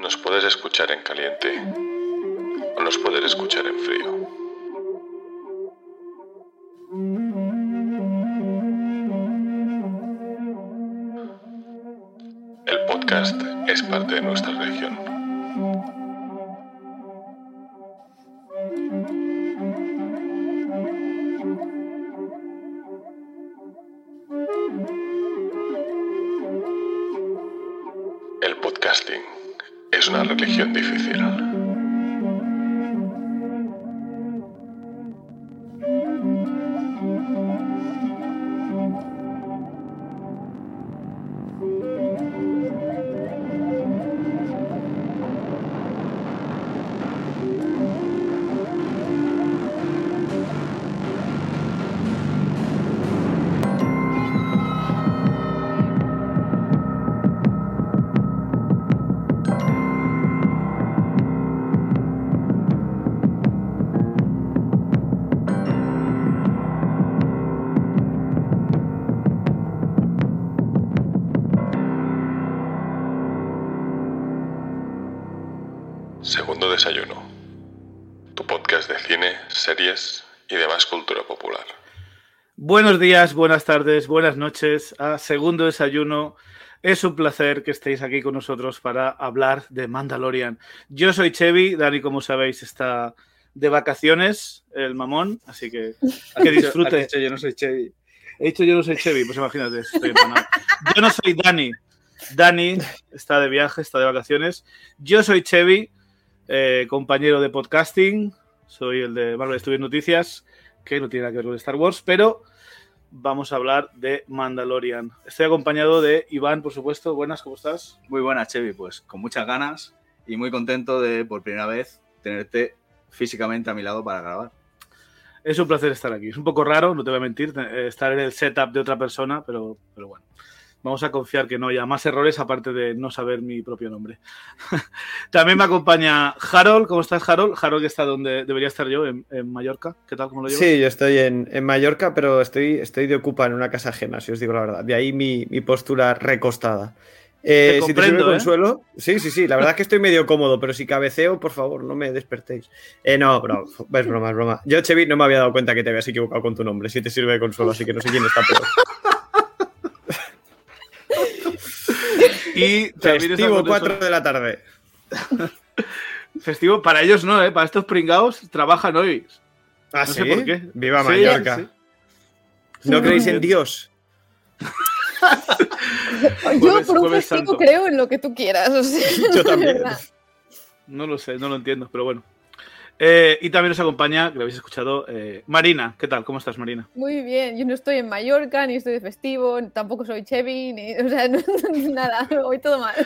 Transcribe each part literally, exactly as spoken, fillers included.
Nos puedes escuchar en caliente o nos puedes escuchar en frío. El podcast es parte de nuestra religión. El podcasting es una religión difícil. Segundo Desayuno, tu podcast de cine, series y demás cultura popular. Buenos días, buenas tardes, buenas noches a Segundo Desayuno. Es un placer que estéis aquí con nosotros para hablar de Mandalorian. Yo soy Chevy, Dani, como sabéis, está de vacaciones, el mamón, así que que disfrute. Has dicho yo no soy Chevy. He dicho yo no soy Chevy, pues imagínate, estoy empanado. Yo no soy Dani. Dani está de viaje, está de vacaciones. Yo soy Chevy. Eh, compañero de podcasting, soy el de Marvel Studios Noticias, que no tiene nada que ver con Star Wars, pero vamos a hablar de Mandalorian. Estoy acompañado de Iván, por supuesto. Buenas, ¿cómo estás? Muy buenas, Chevy, pues con muchas ganas y muy contento de, por primera vez, tenerte físicamente a mi lado para grabar. Es un placer estar aquí. Es un poco raro, no te voy a mentir, estar en el setup de otra persona, pero, pero bueno. Vamos a confiar que no haya más errores, aparte de no saber mi propio nombre. También me acompaña Harold. ¿Cómo estás, Harold? Harold, que está donde debería estar yo, en, en Mallorca. ¿Qué tal? ¿Cómo lo llevas? Sí, yo estoy en, en Mallorca, pero estoy, estoy de ocupa en una casa ajena, si os digo la verdad. De ahí mi, mi postura recostada. Eh, te si te sirve ¿eh? consuelo... Sí, sí, sí. La verdad es que estoy medio cómodo, pero si cabeceo, por favor, no me despertéis. Eh, no, bro, es broma, es broma. Yo, Chevy, no me había dado cuenta que te habías equivocado con tu nombre. Si te sirve de consuelo, así que no sé quién está peor. Y Festivo cuatro de la tarde. Festivo para ellos no, ¿eh? Para estos pringados trabajan hoy. ¿Ah, no sí? sé por qué. Viva Sí, Mallorca. sí. ¿No creéis en Dios? Yo Jueves- por un Jueves festivo Santo. creo en lo que tú quieras. O sea, Yo de también. verdad. No lo sé, no lo entiendo, pero bueno. Eh, y también nos acompaña, que lo habéis escuchado, eh, Marina. ¿Qué tal? ¿Cómo estás, Marina? Muy bien, yo no estoy en Mallorca, ni estoy de festivo, tampoco soy Chevy, ni, o sea, no, nada, hoy todo mal.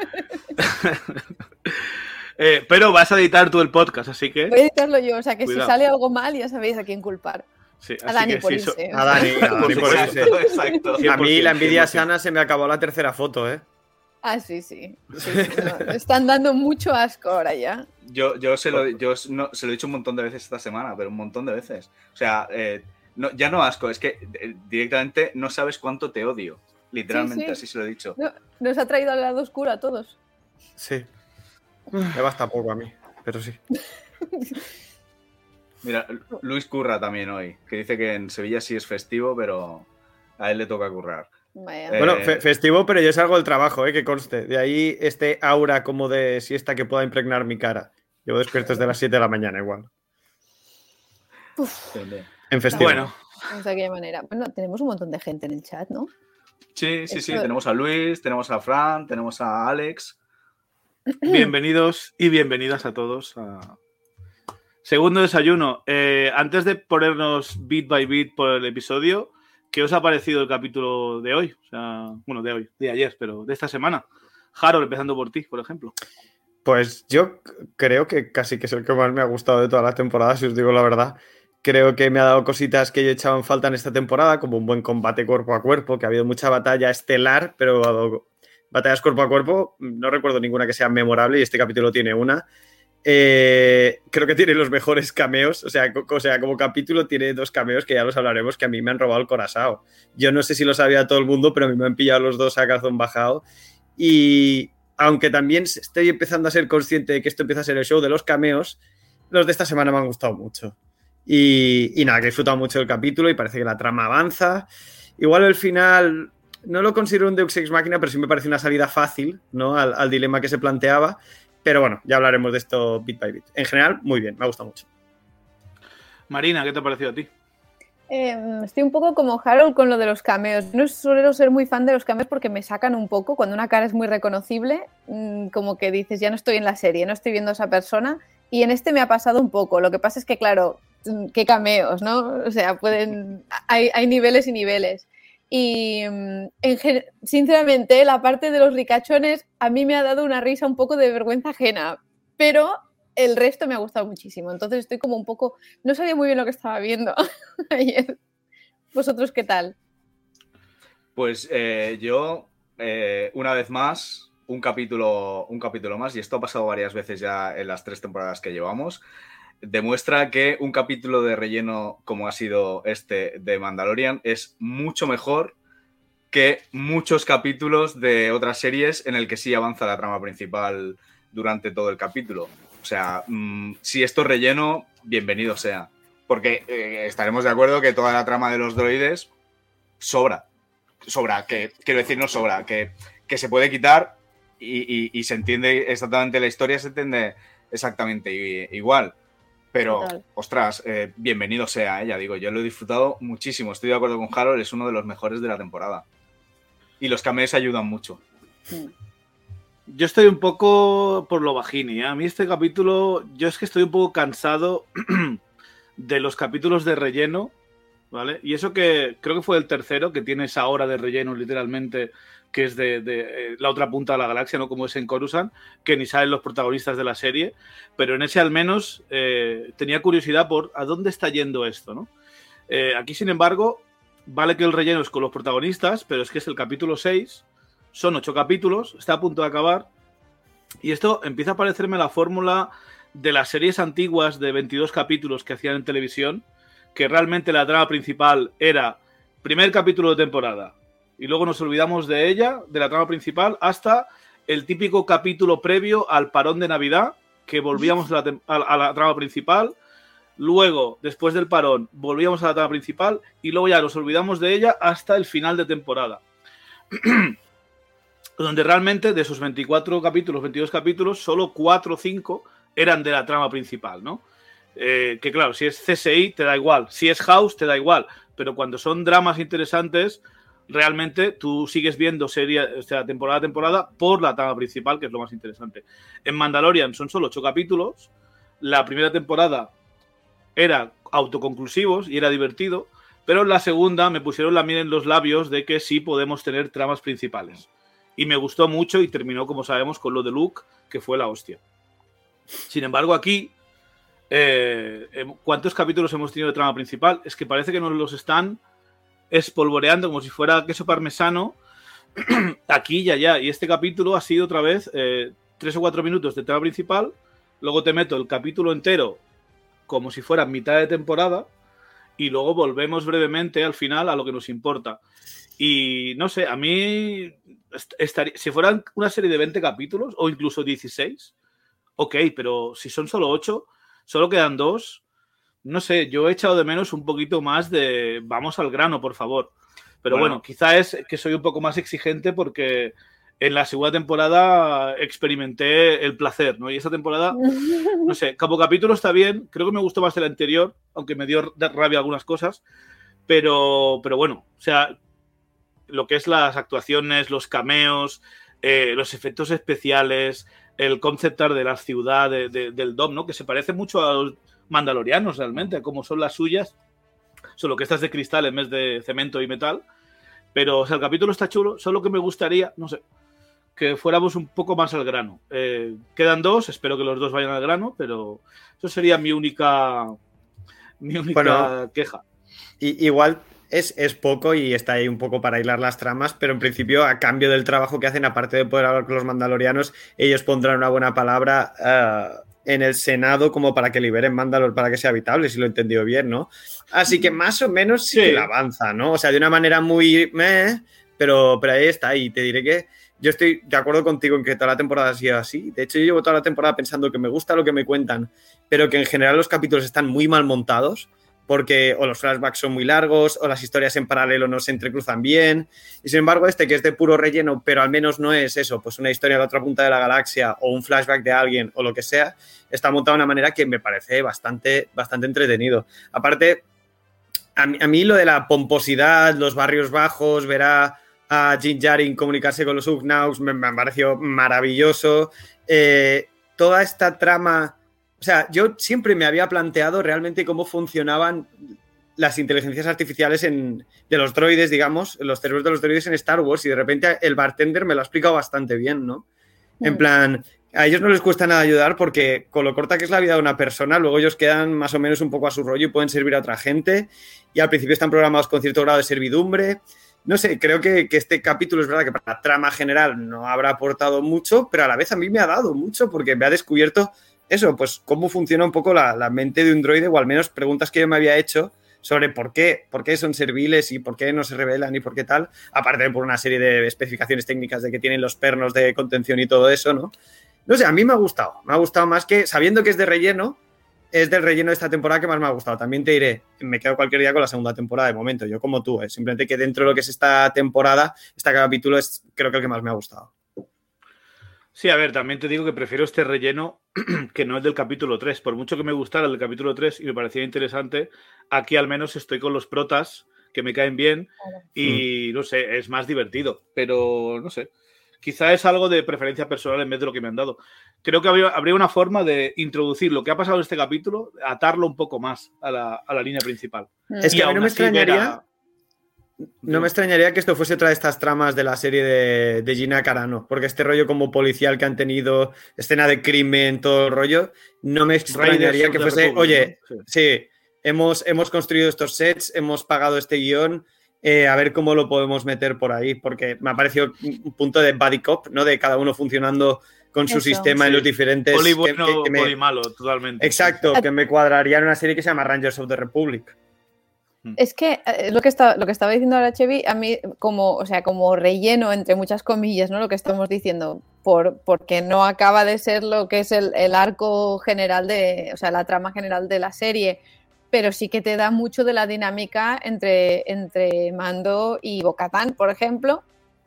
eh, pero vas a editar tú el podcast, así que... Voy a editarlo yo, o sea que Cuidado. si sale algo mal ya sabéis a quién culpar. Sí, A así Dani que por sí, so- irse. A Dani, a Dani por supuesto. irse. Exacto. A mí cien por cien, la envidia cien por cien. sana se me acabó la tercera foto, ¿eh? Ah, sí, sí. sí, sí, no, me están dando mucho asco ahora ya. Yo, yo, se, lo, yo no, se lo he dicho un montón de veces esta semana, pero un montón de veces. O sea, eh, no, ya no asco, es que eh, directamente no sabes cuánto te odio. Literalmente, Sí, sí. así se lo he dicho. No, nos ha traído al lado oscuro a todos. Sí. Me basta poco a mí, pero sí. Mira, Luis curra también hoy, que dice que en Sevilla sí es festivo, pero a él le toca currar. Vaya. Eh, Bueno, fe- festivo, pero yo salgo del trabajo, ¿eh? Que conste. De ahí este aura como de siesta que pueda impregnar mi cara. Llevo despierto desde las siete de la mañana igual. Uf, En festivo. Bueno, de aquella manera. Bueno, tenemos un montón de gente en el chat, ¿no? Sí, sí, sí. Eso- Tenemos a Luis, tenemos a Fran, tenemos a Alex. bienvenidos y bienvenidas a todos a Segundo Desayuno. Eh, antes de ponernos beat by beat por el episodio, ¿qué os ha parecido el capítulo de hoy? O sea, bueno, de hoy, de ayer, pero de esta semana. Harold, empezando por ti, por ejemplo. Pues yo creo que casi que es el que más me ha gustado de toda la temporada, si os digo la verdad. Creo que me ha dado cositas que yo echaba en falta en esta temporada, como un buen combate cuerpo a cuerpo, que ha habido mucha batalla estelar, pero batallas cuerpo a cuerpo no recuerdo ninguna que sea memorable y este capítulo tiene una. Eh, creo que tiene los mejores cameos, o sea, co- o sea, como capítulo tiene dos cameos que ya los hablaremos, que a mí me han robado el corazón. Yo no sé si lo sabía todo el mundo, pero a mí me han pillado los dos a calzón bajado. Y aunque también estoy empezando a ser consciente de que esto empieza a ser el show de los cameos, los de esta semana me han gustado mucho. Y, y nada, que he disfrutado mucho del capítulo y parece que la trama avanza. Igual el final no lo considero un Deus Ex Machina, pero sí me parece una salida fácil, ¿no? al, al dilema que se planteaba. Pero bueno, ya hablaremos de esto bit by bit. En general, muy bien, me ha gustado mucho. Marina, ¿qué te ha parecido a ti? Eh, estoy un poco como Harold con lo de los cameos. No suelo ser muy fan de los cameos porque me sacan un poco. Cuando una cara es muy reconocible, mmm, como que dices, ya no estoy en la serie, no estoy viendo a esa persona. Y en este me ha pasado un poco. Lo que pasa es que, claro, qué cameos, ¿no? O sea, pueden... Hay, hay niveles y niveles. Y, en, sinceramente, la parte de los ricachones a mí me ha dado una risa un poco de vergüenza ajena. Pero... el resto me ha gustado muchísimo, entonces estoy como un poco... No sabía muy bien lo que estaba viendo ayer. ¿Vosotros qué tal? Pues eh, yo, eh, una vez más, un capítulo, un capítulo más, y esto ha pasado varias veces ya en las tres temporadas que llevamos, demuestra que un capítulo de relleno como ha sido este de Mandalorian es mucho mejor que muchos capítulos de otras series en el que sí avanza la trama principal durante todo el capítulo. O sea, mmm, si esto es relleno, bienvenido sea. Porque eh, estaremos de acuerdo que toda la trama de los droides sobra. Sobra, que quiero decir, no sobra, que, que se puede quitar y, y, y se entiende exactamente la historia, se entiende exactamente igual. Pero, total. ostras, eh, bienvenido sea, eh, ya digo, yo lo he disfrutado muchísimo. Estoy de acuerdo con Harold, es uno de los mejores de la temporada. Y los cameos ayudan mucho. Sí. Yo estoy un poco por lo bajini, ¿eh? A mí este capítulo, yo es que estoy un poco cansado de los capítulos de relleno, ¿vale? Y eso que creo que fue el tercero, que tiene esa hora de relleno literalmente, que es de, de eh, la otra punta de la galaxia, ¿no? Como es en Coruscant, que ni salen los protagonistas de la serie, pero en ese al menos eh, tenía curiosidad por a dónde está yendo esto, ¿no? Eh, aquí, sin embargo, vale que el relleno es con los protagonistas, pero es que es el capítulo seis... Son ocho capítulos, está a punto de acabar. Y esto empieza a parecerme la fórmula de las series antiguas de veintidós capítulos que hacían en televisión, que realmente la trama principal era primer capítulo de temporada. Y luego nos olvidamos de ella, de la trama principal, hasta el típico capítulo previo al parón de Navidad, que volvíamos a la, a, a la trama principal. Luego, después del parón, volvíamos a la trama principal y luego ya nos olvidamos de ella hasta el final de temporada. Donde realmente de esos veinticuatro capítulos, veintidós capítulos, solo cuatro o cinco eran de la trama principal, ¿no? Eh, que claro, si es C S I te da igual, si es House te da igual, pero cuando son dramas interesantes, realmente tú sigues viendo serie, o sea, temporada a temporada por la trama principal, que es lo más interesante. En Mandalorian son solo ocho capítulos, la primera temporada era autoconclusivos y era divertido, pero en la segunda me pusieron la miel en los labios de que sí podemos tener tramas principales. Y me gustó mucho y terminó, como sabemos, con lo de Luke, que fue la hostia. Sin embargo, aquí, eh, ¿cuántos capítulos hemos tenido de trama principal? Es que parece que nos los están espolvoreando como si fuera queso parmesano aquí y allá. Y este capítulo ha sido otra vez eh, tres o cuatro minutos de trama principal. Luego te meto el capítulo entero como si fuera mitad de temporada. Y luego volvemos brevemente al final a lo que nos importa. Y no sé, a mí estaría, si fueran una serie de veinte capítulos o incluso dieciséis, ok, pero si son solo ocho, solo quedan dos, no sé, yo he echado de menos un poquito más de vamos al grano, por favor. Pero bueno, bueno quizá es que soy un poco más exigente porque en la segunda temporada experimenté el placer, ¿no? Y esa temporada, no sé, como capítulo está bien, creo que me gustó más el anterior, aunque me dio rabia algunas cosas, pero, pero bueno, o sea, lo que es las actuaciones, los cameos, eh, los efectos especiales, el concept art de la ciudad, de, de, del Dom, ¿no? Que se parece mucho a los mandalorianos realmente, como son las suyas, solo que estas de cristal en vez de cemento y metal. Pero o sea, el capítulo está chulo, solo que me gustaría, no sé, que fuéramos un poco más al grano. Eh, quedan dos, espero que los dos vayan al grano, pero eso sería mi única, mi única bueno, queja. Y, igual... Es, es poco y está ahí un poco para hilar las tramas, pero en principio, a cambio del trabajo que hacen, aparte de poder hablar con los mandalorianos, ellos pondrán una buena palabra uh, en el Senado como para que liberen Mandalor, para que sea habitable, si lo he entendido bien, ¿no? Así que más o menos sí, sí. que la avanza, ¿no? O sea, de una manera muy... Meh, pero, pero ahí está, y te diré que, yo estoy de acuerdo contigo en que toda la temporada ha sido así. De hecho, yo llevo toda la temporada pensando que me gusta lo que me cuentan, pero que en general los capítulos están muy mal montados, porque o los flashbacks son muy largos, o las historias en paralelo no se entrecruzan bien. Y sin embargo, este, que es de puro relleno, pero al menos no es eso, pues una historia a la otra punta de la galaxia, o un flashback de alguien, o lo que sea, está montado de una manera que me parece bastante, bastante entretenido. Aparte, a mí, a mí lo de la pomposidad, los barrios bajos, ver a, a Din Djarin comunicarse con los Ugnaughts me, me pareció maravilloso. Eh, toda esta trama... O sea, yo siempre me había planteado realmente cómo funcionaban las inteligencias artificiales en, de los droides, digamos, los cerebros de los droides en Star Wars, y de repente el bartender me lo ha explicado bastante bien, ¿no? Mm. En plan, a ellos no les cuesta nada ayudar porque con lo corta que es la vida de una persona, luego ellos quedan más o menos un poco a su rollo y pueden servir a otra gente, y al principio están programados con cierto grado de servidumbre. No sé, creo que, que este capítulo es verdad que para la trama general no habrá aportado mucho, pero a la vez a mí me ha dado mucho porque me ha descubierto eso, pues cómo funciona un poco la, la mente de un droide, o al menos preguntas que yo me había hecho sobre por qué, por qué son serviles y por qué no se rebelan y por qué tal, aparte de por una serie de especificaciones técnicas de que tienen los pernos de contención y todo eso, ¿no? No sé, a mí me ha gustado, me ha gustado más que, sabiendo que es de relleno, es del relleno de esta temporada que más me ha gustado. También te diré, me quedo cualquier día con la segunda temporada de momento, yo como tú, ¿eh? Simplemente que dentro de lo que es esta temporada, este capítulo es creo que el que más me ha gustado. Sí, a ver, también te digo que prefiero este relleno que no el del capítulo tres. Por mucho que me gustara el del capítulo tres y me parecía interesante, aquí al menos estoy con los protas, que me caen bien, y no sé, es más divertido. Pero no sé, quizá es algo de preferencia personal en vez de lo que me han dado. Creo que habría, habría una forma de introducir lo que ha pasado en este capítulo, atarlo un poco más a la, a la línea principal. Es que a mí no me extrañaría... A... No me extrañaría que esto fuese otra de estas tramas de la serie de, de Gina Carano, porque este rollo como policial que han tenido, escena de crimen, todo el rollo, no me extrañaría que fuese, oye, ¿no? sí, sí hemos, hemos construido estos sets, hemos pagado este guión, eh, a ver cómo lo podemos meter por ahí, porque me ha parecido un punto de buddy cop, ¿no? De cada uno funcionando con su Eso, sistema sí. en los diferentes... Poli bueno, que, que me... poli malo, totalmente. Exacto, que me cuadraría en una serie que se llama Rangers of the Republic. Es que eh, lo que está, lo que estaba diciendo ahora Chevy, a mí como, o sea, como relleno entre muchas comillas, ¿no? Lo que estamos diciendo, por, porque no acaba de ser lo que es el, el arco general de, o sea, la trama general de la serie, pero sí que te da mucho de la dinámica entre, entre Mando y Bo-Katan, por ejemplo.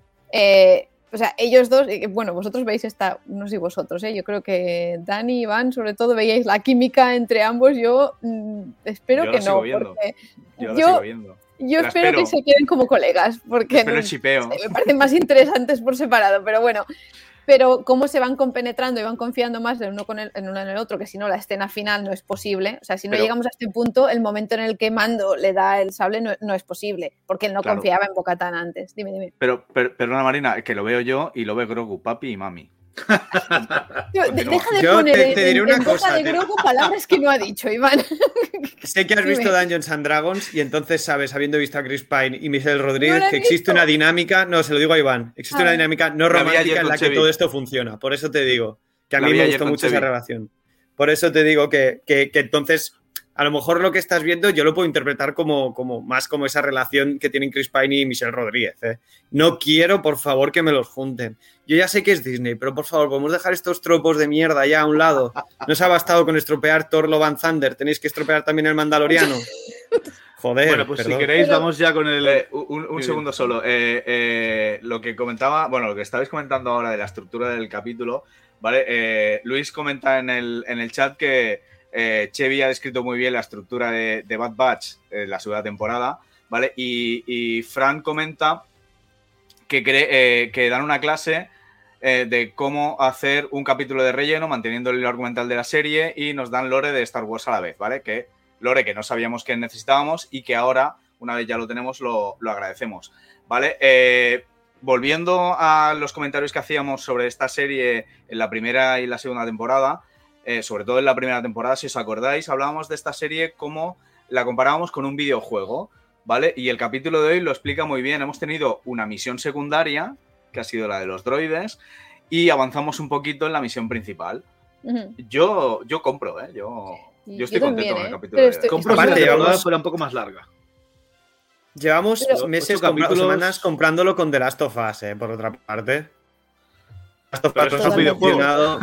Eh, o sea, ellos dos, bueno, vosotros veis esta, no sé vosotros, ¿eh? Yo creo que Dani y Iván, sobre todo, veíais la química entre ambos. Yo mmm, espero yo que no, porque yo, yo, sigo viendo. yo espero, espero que se queden como colegas, porque no, sé, me parecen más interesantes por separado, pero bueno. Pero cómo se van compenetrando y van confiando más el uno con el, en uno en el otro, que si no la escena final no es posible. O sea, si no pero, llegamos a este punto, el momento en el que Mando le da el sable no, no es posible, porque él no claro. confiaba en Bo-Katan antes. Dime, dime. Pero, pero, perdona Marina, que lo veo yo y lo ve Grogu, papi y mami. Yo, deja de yo poner te, te diré en, una en cosa, boca de Grogu palabras que no ha dicho, Iván. Sé que has Dime. visto Dungeons and Dragons y entonces sabes, habiendo visto a Chris Pine y Michelle Rodríguez, no que existe visto. una dinámica, no, se lo digo a Iván, existe ah. una dinámica no romántica en la que Chevy. todo esto funciona. Por eso te digo que a mí me gustó mucho Chevy. esa relación. Por eso te digo que, que, que entonces... A lo mejor lo que estás viendo yo lo puedo interpretar como, como más como esa relación que tienen Chris Pine y Michelle Rodríguez. ¿eh? No quiero, por favor, que me los junten. Yo ya sé que es Disney, pero por favor, ¿podemos dejar estos tropos de mierda ya a un lado? No os ha bastado con estropear Thor Love and Thunder, tenéis que estropear también el Mandaloriano. Joder. Bueno, pues perdón. si queréis vamos ya con el... Eh, un un segundo solo. Eh, eh, lo que comentaba, bueno, lo que estabais comentando ahora de la estructura del capítulo, ¿vale? Eh, Luis comenta en el, en el chat que Eh, Chevy ha descrito muy bien la estructura de, de Bad Batch en eh, la segunda temporada, ¿vale? Y, y Fran comenta que, cree, eh, que dan una clase eh, de cómo hacer un capítulo de relleno manteniendo el hilo argumental de la serie y nos dan lore de Star Wars a la vez, ¿vale? Que lore que no sabíamos que necesitábamos y que ahora, una vez ya lo tenemos, lo, lo agradecemos, ¿vale? Eh, volviendo a los comentarios que hacíamos sobre esta serie en la primera y la segunda temporada, Eh, sobre todo en la primera temporada, si os acordáis, hablábamos de esta serie como la comparábamos con un videojuego, ¿vale? Y el capítulo de hoy lo explica muy bien. Hemos tenido una misión secundaria, que ha sido la de los droides, y avanzamos un poquito en la misión principal. Uh-huh. Yo, yo compro, ¿eh? Yo, yo estoy yo contento también, con el capítulo ¿eh? de hoy. Compro si la temporada fuera un poco más larga. Llevamos Pero, meses, compra- semanas comprándolo con The Last of Us, ¿eh? Por otra parte. Estos patos han funcionado.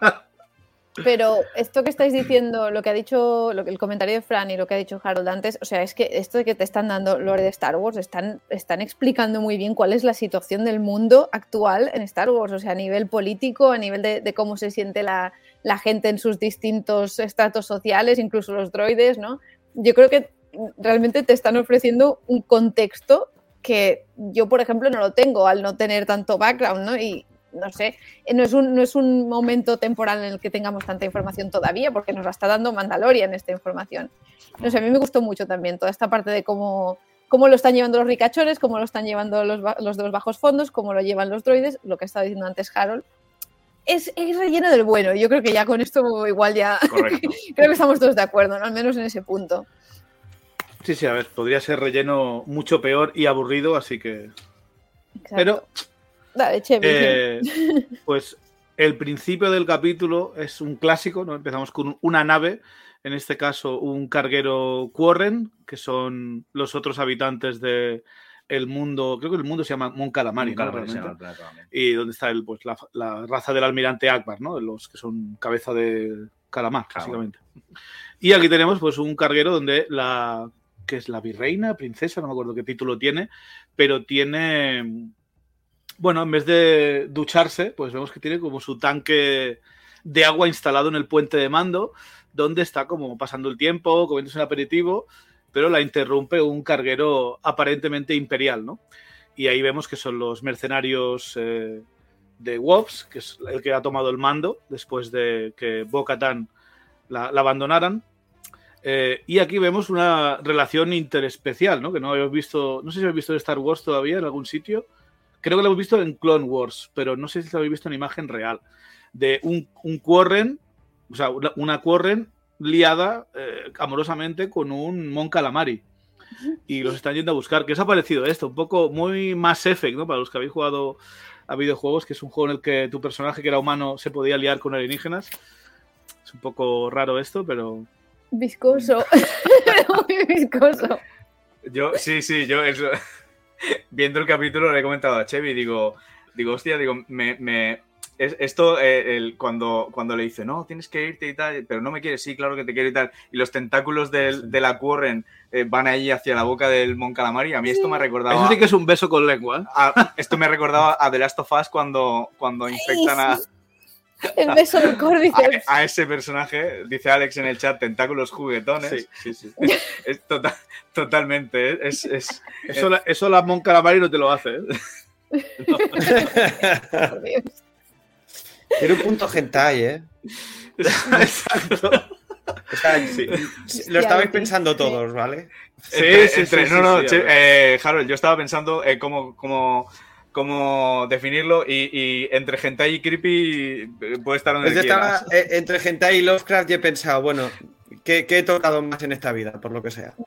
Pero esto que estáis diciendo, lo que ha dicho, lo que, el comentario de Fran y lo que ha dicho Harold antes, o sea, es que esto de que te están dando lore de Star Wars, están, están explicando muy bien cuál es la situación del mundo actual en Star Wars, o sea, a nivel político, a nivel de, de cómo se siente la, la gente en sus distintos estratos sociales, incluso los droides, ¿no? Yo creo que realmente te están ofreciendo un contexto que yo, por ejemplo, no lo tengo al no tener tanto background, ¿no? Y no sé, no es, un, no es un momento temporal en el que tengamos tanta información todavía, porque nos la está dando Mandalorian esta información. No sé, a mí me gustó mucho también toda esta parte de cómo, cómo lo están llevando los ricachones, cómo lo están llevando los, los de los bajos fondos, cómo lo llevan los droides, lo que estaba diciendo antes Harold. Es, es relleno del bueno. Yo creo que ya con esto igual ya Correcto. Creo que estamos todos de acuerdo, ¿no? Al menos en ese punto. Sí, sí, a ver, podría ser relleno mucho peor y aburrido, así que... Exacto. Pero... Dale, Chevy. Eh, pues el principio del capítulo es un clásico, ¿no? Empezamos con una nave, en este caso un carguero Quarren, que son los otros habitantes de el mundo, creo que el mundo se llama Mon Calamari, ¿no? Calamari se llama el planeta también. Y donde está el, pues, la, la raza del almirante Akbar, ¿no? Los que son cabeza de calamar, Calamar. básicamente. Y aquí tenemos pues un carguero donde la, que es la virreina, princesa, no me acuerdo qué título tiene, pero tiene... Bueno, en vez de ducharse, pues vemos que tiene como su tanque de agua instalado en el puente de mando, donde está como pasando el tiempo, comiéndose un aperitivo, pero la interrumpe un carguero aparentemente imperial, ¿no? Y ahí vemos que son los mercenarios eh, de Wops, que es el que ha tomado el mando después de que Bo-Katan la, la abandonaran. Eh, y aquí vemos una relación interespecial, ¿no? Que no habéis visto, no sé si habéis visto en Star Wars todavía en algún sitio. Creo que lo hemos visto en Clone Wars, pero no sé si lo habéis visto en imagen real. De un, un Quarren, o sea, una, una Quarren liada eh, amorosamente con un Mon Calamari. Y los están yendo a buscar. ¿Qué os ha parecido esto? Un poco muy Mass Effect, ¿no? Para los que habéis jugado a videojuegos, que es un juego en el que tu personaje, que era humano, se podía liar con alienígenas. Es un poco raro esto, pero... Viscoso. Muy viscoso. Yo, sí, sí, yo eso... Viendo el capítulo le he comentado a Chevy, digo, digo, hostia, digo, me, me es, esto eh, el, cuando, cuando le dice, no, tienes que irte y tal, pero no me quieres, sí, claro que te quiero y tal, y los tentáculos del, de la Quarren eh, van ahí hacia la boca del Mon Calamari, a mí esto me ha recordado... Eso sí que es un beso con lengua, ¿eh? a, esto me recordaba a The Last of Us cuando, cuando infectan a... El beso del Cordyceps. A, a ese personaje, dice Alex en el chat, tentáculos juguetones. Sí, sí, sí. Es, es total, totalmente. Es, es, Eso, la, eso la Mon Calamari no te lo hace, ¿eh? No. Por Dios. Tiene un punto hentai, ¿eh? Exacto. O sea, sí, lo estabais pensando todos, ¿vale? Sí, entre, sí, entre, sí, no, no, sí, che, eh, Harold, yo estaba pensando eh, cómo, cómo, cómo definirlo y, y entre hentai y creepy puede estar donde pues quieras. Estaba, eh, entre hentai y Lovecraft y he pensado, bueno, ¿qué, qué he tocado más en esta vida, por lo que sea?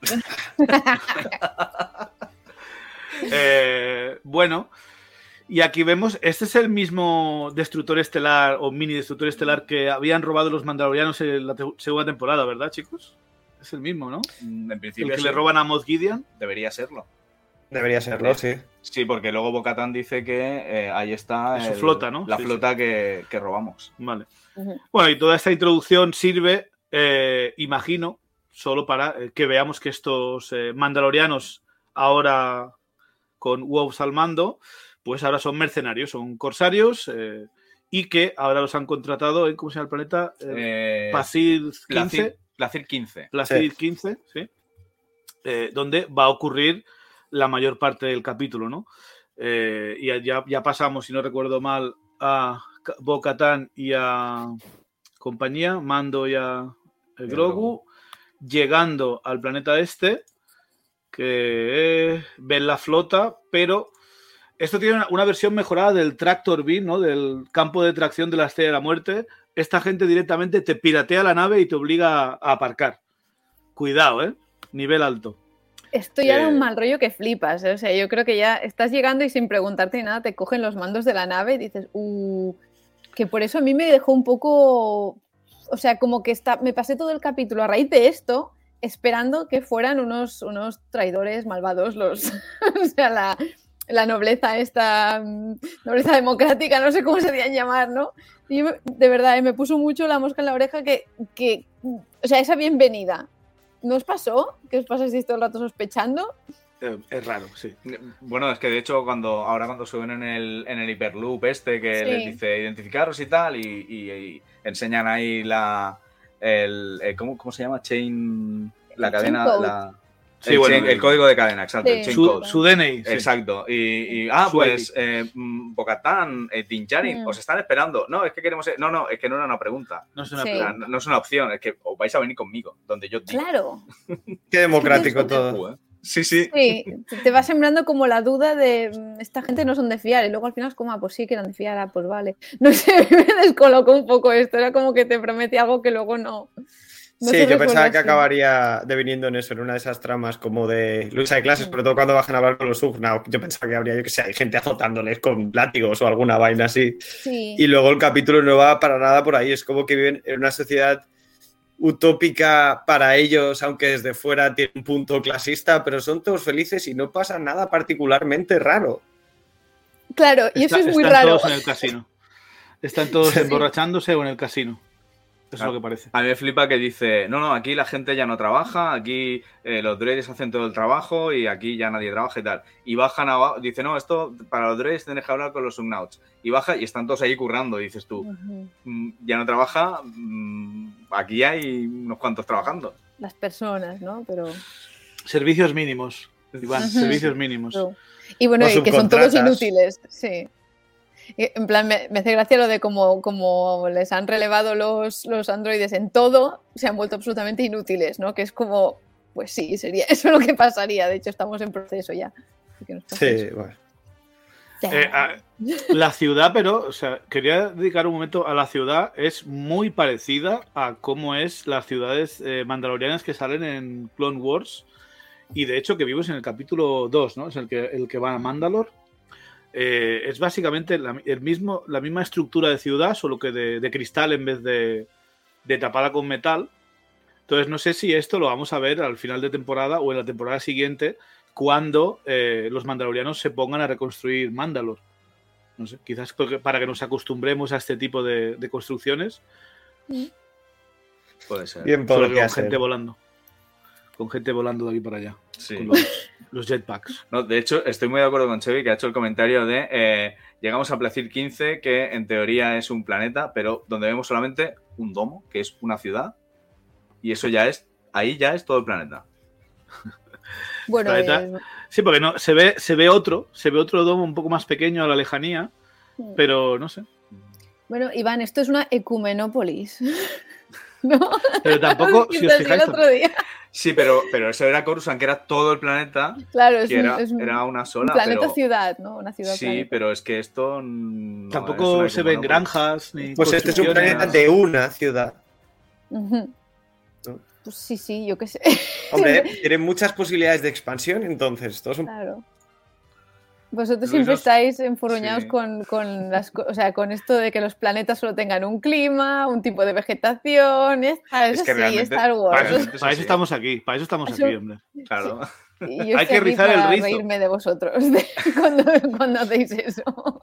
eh, bueno, y aquí vemos, este es el mismo destructor estelar o mini destructor estelar que habían robado los mandalorianos en la te segunda temporada, ¿verdad, chicos? Es el mismo, ¿no? En principio el que sí. le roban a Moff Gideon. Debería serlo. Debería serlo, sí. Sí, porque luego Bo-Katan dice que eh, ahí está su el, flota, ¿no? La sí, flota sí. Que, que robamos. Vale. Uh-huh. Bueno, y toda esta introducción sirve, eh, imagino, solo para eh, que veamos que estos eh, mandalorianos ahora con Wows al mando, pues ahora son mercenarios, son corsarios eh, y que ahora los han contratado en, ¿cómo se llama el planeta? Eh, eh, Placid quince. Placid quince. Placid quince, sí. Eh, donde va a ocurrir la mayor parte del capítulo, ¿no? Eh, y ya, ya pasamos, si no recuerdo mal, a Bo-Katan y a compañía, Mando y a Grogu, Grogu, llegando al planeta este, que eh, ven la flota, pero esto tiene una, una versión mejorada del Tractor Beam, ¿no? Del campo de tracción de la Estrella de la Muerte. Esta gente directamente te piratea la nave y te obliga a aparcar. Cuidado, ¿eh? Nivel alto. Esto ya eh... da un mal rollo que flipas, ¿eh? O sea, yo creo que ya estás llegando y sin preguntarte nada te cogen los mandos de la nave y dices, uh, que por eso a mí me dejó un poco, o sea, como que está, me pasé todo el capítulo a raíz de esto esperando que fueran unos, unos traidores malvados los, o sea, la, la nobleza esta, nobleza democrática, no sé cómo se deberían llamar, ¿no? Y yo, de verdad, eh, me puso mucho la mosca en la oreja que, que, o sea, esa bienvenida. ¿No os pasó? ¿Que os pasasteis todo el rato sospechando? Eh, es raro, sí. Bueno, es que de hecho cuando ahora cuando suben en el, en el Hyperloop este que Sí. les dice identificaros y tal y, y- y enseñan ahí la el, el- ¿cómo, ¿cómo se llama? Chain la El cadena chain code. la, Sí, el, bueno, chain- el- el código de cadena, exacto, Sí. el chain Su, code. su D N I. Sí. Exacto. Y, y- ah, Su pues I D. eh, mm, Bocatán, eh, Din Djarin, Mm. os están esperando. No, es que queremos. No, no, es que no era una pregunta. No es una Sí. O sea, no, no es una opción, es que os vais a venir conmigo, donde yo digo. Claro. Qué democrático Qué todo. Uh, ¿eh? Sí, sí. Sí, te va sembrando como la duda de mm, esta gente no son de fiar y luego al final es como, ah, pues sí que eran de fiar, ah, pues vale. No sé, me descolocó un poco esto, era como que te promete algo que luego no. no Sí, se yo resuelve pensaba que así. acabaría deviniendo en eso, en una de esas tramas como de lucha de clases, Mm. sobre todo cuando bajan a hablar con los Ugnaught. Yo pensaba que habría, yo que sé, hay gente azotándoles con látigos o alguna vaina así. Sí. Y luego el capítulo no va para nada por ahí. Es como que viven en una sociedad utópica para ellos, aunque desde fuera tiene un punto clasista, pero son todos felices y no pasa nada particularmente raro. Claro, y eso Está- es muy están raro. todos en el casino. Están todos Sí. emborrachándose o en el casino. Eso Claro. es lo que parece. A mí me flipa que dice, no, no, aquí la gente ya no trabaja, aquí eh, los droides hacen todo el trabajo y aquí ya nadie trabaja y tal. Y bajan abajo, dice, no, esto para los droides tienes que hablar con los Ugnaughts. Y baja y están todos ahí currando, y dices tú, Ujú. "Mm, ya no trabaja, mm, aquí hay unos cuantos trabajando. Las personas, ¿no? Pero. Servicios mínimos, Iván, Ujú. servicios mínimos. pero- Y bueno, O y que son todos subcontratas. inútiles, sí. Y, en plan, me, me hace gracia lo de como, como les han relevado los, los androides en todo, se han vuelto absolutamente inútiles, ¿no? Que es como, pues sí, sería eso lo que pasaría. De hecho, estamos en proceso ya. Así que nos pasa Sí, eso. bueno. Ya. Eh, a- la ciudad, pero, o sea, quería dedicar un momento a la ciudad. Es muy parecida a cómo es las ciudades eh, mandalorianas que salen en Clone Wars. Y de hecho, que vimos en el capítulo dos, ¿no? Es el que, el que va a Mandalore. Eh, es básicamente la, el mismo, la misma estructura de ciudad, solo que de, de cristal en vez de, de tapada con metal. Entonces, no sé si esto lo vamos a ver al final de temporada o en la temporada siguiente, cuando eh, los mandalorianos se pongan a reconstruir Mandalore. No sé, quizás porque- para que nos acostumbremos a este tipo de, de construcciones, Puede ser. Bien solo que podría con ser. gente volando. Con gente volando de aquí para allá. Sí. Con los, los jetpacks. No, de hecho, estoy muy de acuerdo con Chevy, que ha hecho el comentario de eh, llegamos a Placid quince, que en teoría es un planeta, pero donde vemos solamente un domo, que es una ciudad, y eso ya es, ahí ya es todo el planeta. Bueno, Planeta- eh, Sí, porque no, se ve, se ve otro, se ve otro domo un poco más pequeño a la lejanía, pero no sé. bueno, Iván, esto es una ecumenópolis. ¿No? Pero tampoco, Que si os te decía fijáis, el otro día. Sí, pero, pero eso era Coruscant, que era todo el planeta, Claro, es que un, era, es un- era una un sola. planeta pero, ciudad, ¿no? Una ciudad sí, planeta. pero es que esto no tampoco es se una ven ecumenópolis. granjas ni Pues este es un construcciones. planeta de una ciudad. Ujú. ¿No? Pues sí, sí, yo qué sé. Hombre, tienen muchas posibilidades de expansión, entonces todos son... Claro. Vosotros Luis siempre nos- estáis enfurruñados sí. con, con las, co- o sea, con esto de que los planetas solo tengan un clima, un tipo de vegetación. y está- Es, Es que así, realmente- Star Wars. Para eso, Realmente es para eso así. estamos aquí, para eso estamos Eso- aquí, hombre. Claro. Y yo Hay estoy que aquí rizar el para rizo. reírme de vosotros de- cuando, cuando hacéis eso.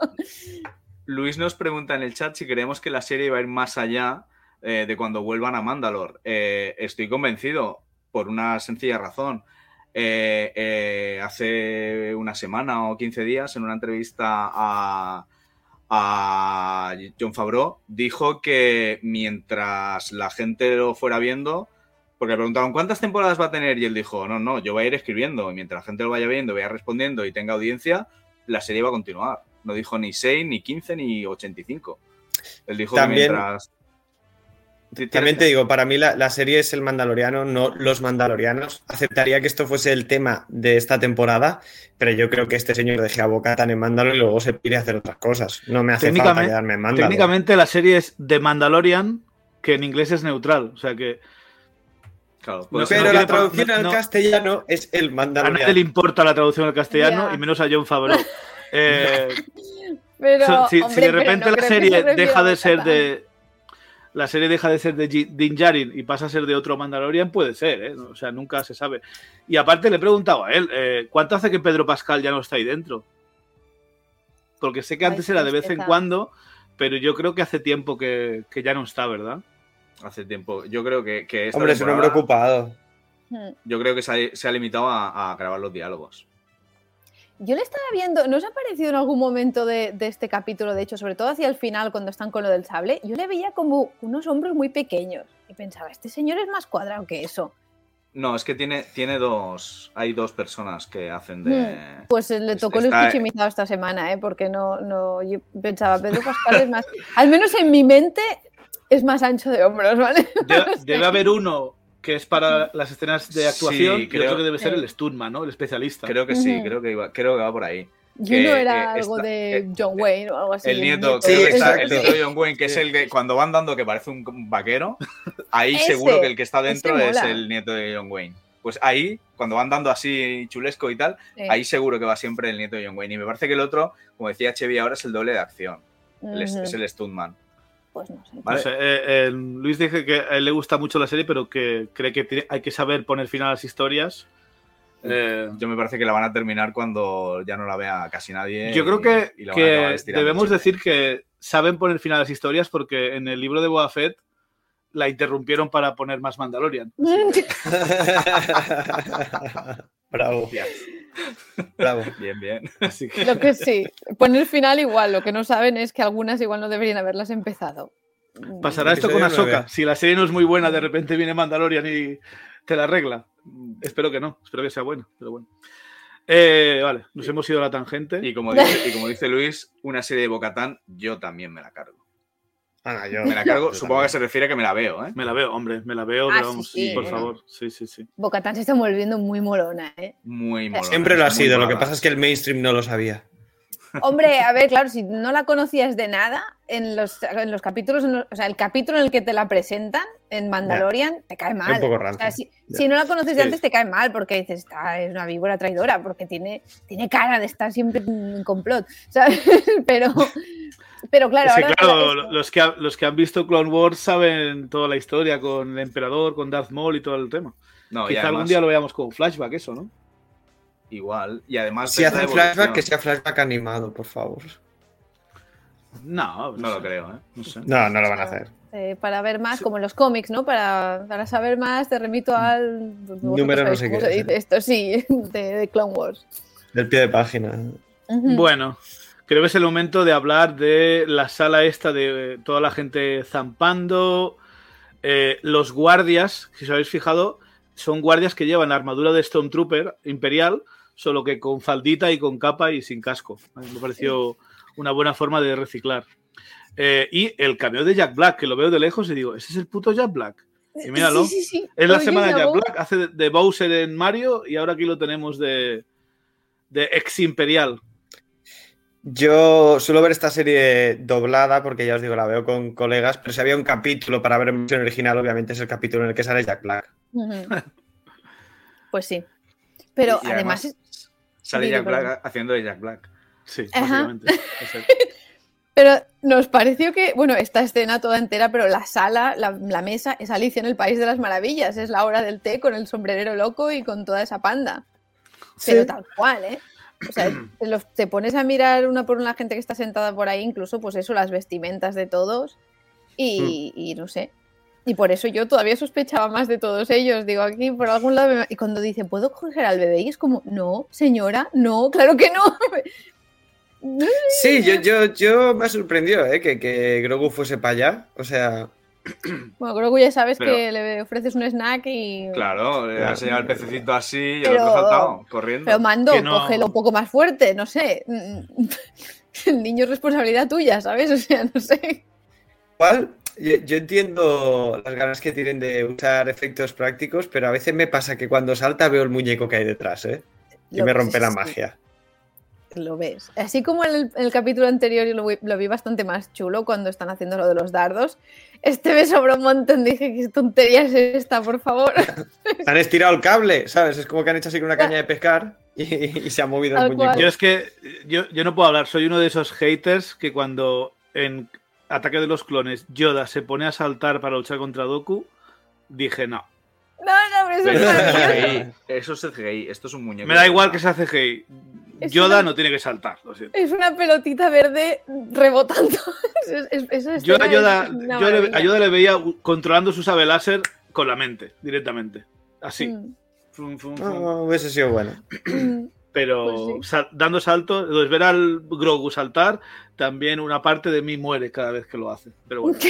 Luis nos pregunta en el chat si creemos que la serie va a ir más allá eh, de cuando vuelvan a Mandalore. Eh, estoy convencido, por una sencilla razón. Eh, eh, hace una semana o quince días, en una entrevista a, a Jon Favreau, dijo que mientras la gente lo fuera viendo, porque le preguntaron ¿cuántas temporadas va a tener? Y él dijo, no, no, yo voy a ir escribiendo, y mientras la gente lo vaya viendo, vaya respondiendo y tenga audiencia, la serie va a continuar. No dijo ni seis, ni quince, ni ochenta y cinco. Él dijo También- que mientras... También te digo, para mí la, la serie es el Mandaloriano, no los Mandalorianos. Aceptaría que esto fuese el tema de esta temporada, pero yo creo que este señor deje a Bo-Katan en Mandalore y luego se pide a hacer otras cosas. No me hace falta Técnicamente- quedarme en Mandalore. Técnicamente la serie es The Mandalorian, que en inglés es neutral. O sea que Claro, No, puede Pero ser- no la tiene por- traducción no- al no. castellano es el a nadie le Mandaloriano. importa la traducción al castellano Ya. y menos a Jon Favreau. Eh, Pero, so- si, si hombre, de pero repente no la creo que serie se refiera deja a de ser Bo-Katan. de la serie deja de ser de Ji- Din Djarin y pasa a ser de otro Mandalorian, puede ser, ¿eh? O sea, nunca se sabe. Y aparte le he preguntado a él, eh, ¿cuánto hace que Pedro Pascal ya no está ahí dentro? porque sé que antes Ay, era de vez en tristeza. cuando, pero yo creo que hace tiempo que, que ya no está, ¿verdad? Hace tiempo. Yo creo que, que esta Hombre, es un hombre temporada- ocupado. Hmm. Yo creo que se ha, se ha limitado a, a grabar los diálogos. Yo le estaba viendo, ¿no os ha parecido en algún momento de, de este capítulo, de hecho, sobre todo hacia el final cuando están con lo del sable? Yo le veía como unos hombros muy pequeños y pensaba, este señor es más cuadrado que eso. No, es que tiene, tiene dos. Hay dos personas que hacen de. Pues eh, le tocó el Está- escuchimizado esta semana, ¿eh? Porque no, no, yo pensaba, Pedro Pascal es más, al menos en mi mente, es más ancho de hombros, ¿vale? Debe, debe haber uno que es para las escenas de actuación Sí, y creo- otro que debe ser Sí. el Stuntman, ¿no? El especialista. Creo que sí, Ujú. creo que, iba, creo que va por ahí. Y que, uno era eh, algo está- de eh, John Wayne o algo así. El nieto, Sí, creo que está- el exacto. nieto de John Wayne, que es el que cuando van dando que parece un vaquero, ahí Ese, seguro que el que está dentro ese es mola. el nieto de John Wayne. Pues ahí, cuando van dando así chulesco y tal, Sí. ahí seguro que va siempre el nieto de John Wayne. Y me parece que el otro, como decía Chevy ahora, es el doble de acción. El- Ujú. Es el Stuntman. Pues no sé. ¿Vale? No sé, eh, eh, Luis dice que a él le gusta mucho la serie, pero que cree que tiene- hay que saber poner fin a las historias. Eh, Yo me parece que la van a terminar cuando ya no la vea casi nadie. yo creo y- que, y la van a acabar que estirando debemos chicle. decir que saben poner fin a las historias porque en el libro de Boba Fett la interrumpieron para poner más Mandalorian. Bravo. Bravo. Bien, bien. Así que Lo que sí, poner final igual, lo que no saben es que algunas igual no deberían haberlas empezado. pasará esto con Episodio Ahsoka. nueve. Si la serie no es muy buena, de repente viene Mandalorian y te la arregla. Espero que no, espero que sea buena, pero bueno. Eh, vale, nos hemos ido a la tangente. Y como dice, y como dice Luis, una serie de Bocatán, yo también me la cargo. Ah, yo- Me la cargo, yo supongo que también. se refiere a que me la veo, ¿eh? Me la veo, hombre, me la veo, Ah, pero sí, vamos, sí, por bueno. favor. Sí, sí, sí. Bo-Katan se está volviendo muy molona, ¿eh? Muy molona. Siempre lo ha es muy sido, lo que molona. pasa es que el mainstream no lo sabía. Hombre, a ver, claro, si no la conocías de nada, en los, en los capítulos, en los- o sea, el capítulo en el que te la presentan en Mandalorian, te cae mal. un poco O sea, rancia. si, Ya. si no la conoces de Sí. antes, te cae mal, porque dices, esta es una víbora traidora, porque tiene, tiene cara de estar siempre en complot, ¿sabes? Pero, pero claro, Es que, ahora claro, esto- los que, ha- los que han visto Clone Wars saben toda la historia con el emperador, con Darth Maul y todo el tema. No, y Quizá algún además, día lo veamos como flashback, eso, ¿no? igual. Y además. Si ves la hacen flashback, evolución. que sea flashback animado, por favor. No, No lo sé, creo, ¿eh? No sé. No, no lo van a hacer. eh, para ver más, como en los cómics, ¿no? Para, para saber más, te remito al... vosotros Número no sabéis sé cómo qué se es, dice esto, sí, de, de Clone Wars. Del pie de página. Ujú. Bueno, creo que es el momento de hablar de la sala esta de toda la gente zampando. Eh, los guardias, si os habéis fijado, son guardias que llevan armadura de Stormtrooper imperial, solo que con faldita y con capa y sin casco. Me pareció una buena forma de reciclar. Eh, y el cameo de Jack Black, que lo veo de lejos y digo, ¿ese es el puto Jack Black? Y míralo. Sí, sí, sí. Es la Oye, semana de esa Jack voz. Black, hace de, de Bowser en Mario y ahora aquí lo tenemos de, de ex imperial. Yo suelo ver esta serie doblada porque ya os digo, la veo con colegas, pero si había un capítulo para ver en versión original, obviamente es el capítulo en el que sale Jack Black. Ujú. Pues sí. Pero Y- y además, además, Sale Dime, Jack Black perdón. haciendo de Jack Black. Sí, Ajá. básicamente. Es él. pero nos pareció que, bueno, esta escena toda entera, pero la sala, la, la mesa, es Alicia en el País de las Maravillas, es la hora del té con el sombrerero loco y con toda esa panda. Pero Sí. tal cual, ¿eh? O sea, te, los- te pones a mirar una por una gente que está sentada por ahí, incluso, pues eso, las vestimentas de todos, y, y no sé. Y por eso yo todavía sospechaba más de todos ellos. Digo, aquí por algún lado. me- Y cuando dice, ¿puedo coger al bebé? Y es como, no, señora, no, claro que no. Sí, yo, yo, yo me ha sorprendido ¿eh? que, que Grogu fuese para allá. O sea, Bueno, creo que ya sabes Pero- que le ofreces un snack y. Claro, le ha Claro. enseñado el pececito así y el Pero- otro saltado, corriendo. Pero Mando, Que no- cógelo un poco más fuerte, no sé. El niño es responsabilidad tuya, ¿sabes? O sea, no sé. igual, yo, yo entiendo las ganas que tienen de usar efectos prácticos, pero a veces me pasa que cuando salta veo el muñeco que hay detrás, ¿eh? Y Lo- me rompe la sí, magia. Lo ves. Así como en el, en el capítulo anterior yo lo, vi- lo vi bastante más chulo cuando están haciendo lo de los dardos. Este me sobró un montón. Dije, ¿qué tontería es esta, por favor? Han estirado el cable, ¿sabes? Es como que han hecho así con una caña de pescar y, y se ha movido Tal el muñeco. cual. Yo es que yo, yo no puedo hablar, soy uno de esos haters que cuando en Ataque de los Clones Yoda se pone a saltar para luchar contra Dooku, dije no. No, no, pero eso es Pero eso es maravilloso. C G I, eso es C G I, esto es un muñeco. Me da igual que sea C G I. Yoda no tiene que saltar, lo siento. Es una pelotita verde rebotando. Es, es, es, Yo, a Yoda, es yo le, a Yoda le veía controlando su sable láser con la mente, directamente. Así. Mm. Fum, fum, No, fum. no, hubiese sido bueno. Pero Pues sí. sal- dando saltos, entonces ver al Grogu saltar, también una parte de mí muere cada vez que lo hace. Pero bueno.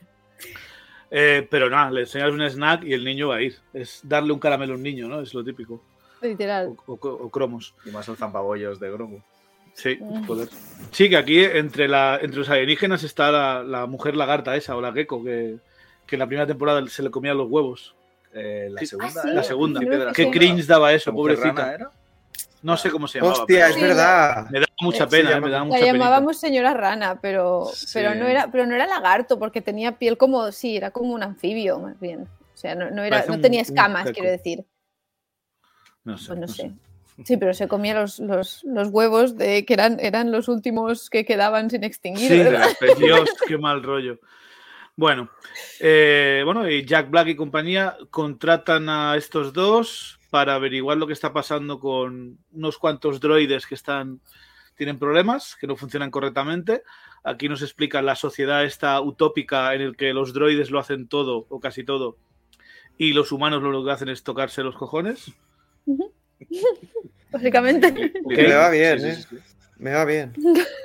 Eh, pero nada, le enseñas un snack y el niño va a ir. Es darle un caramelo a un niño, ¿no? Es lo típico. Literal. O, o- o cromos. Y más el zampabollos de Grogu. Sí, Mm. joder. Sí, que aquí entre, la, entre los alienígenas está la, la mujer lagarta esa, o la gecko, que, que en la primera temporada se le comían los huevos. Eh, la Sí. segunda. Ah, sí, ¿eh? La segunda. Sí, de la Qué Sí. cringe daba eso, ¿La mujer rana pobrecita. era? No sé cómo se llamaba. Hostia, pero es verdad. me daba mucha Eh, pena, se eh, me daba La mucha pena. llamábamos señora rana, pero, Sí. pero, no era, pero no era lagarto, porque tenía piel como, sí, era como un anfibio, más bien. O sea, no, no, era, Parece no un- tenía un escamas, gecko. quiero decir. No sé. Pues no no sé. sé. Sí, pero se comía los, los, los huevos de que eran, eran los últimos que quedaban sin extinguir, Sí, ¿verdad? Dios, qué mal rollo. Bueno, eh, bueno, y Jack Black y compañía contratan a estos dos para averiguar lo que está pasando con unos cuantos droides que están tienen problemas, que no funcionan correctamente. Aquí nos explican la sociedad esta utópica en el que los droides lo hacen todo o casi todo y los humanos lo que hacen es tocarse los cojones. Básicamente. Que me va bien, Sí, sí, ¿eh? sí, sí. Me va bien.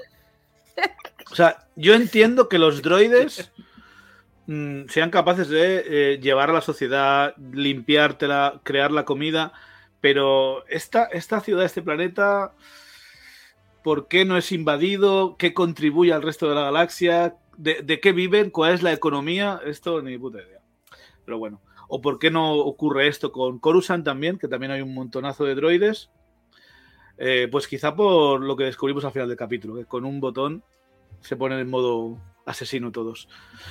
O sea, yo entiendo que los droides mm, sean capaces de eh, llevar a la sociedad, limpiártela, crear la comida, pero esta, esta ciudad, este planeta, ¿por qué no es invadido? ¿Qué contribuye al resto de la galaxia? ¿De, de qué viven? ¿Cuál es la economía? Esto ni puta idea. Pero bueno. ¿O por qué no ocurre esto con Coruscant también? Que también hay un montonazo de droides. Eh, pues quizá por lo que descubrimos al final del capítulo, que con un botón se ponen en modo asesino todos.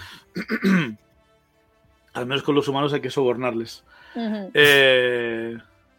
Al menos con los humanos hay que sobornarles. Ujú. Eh,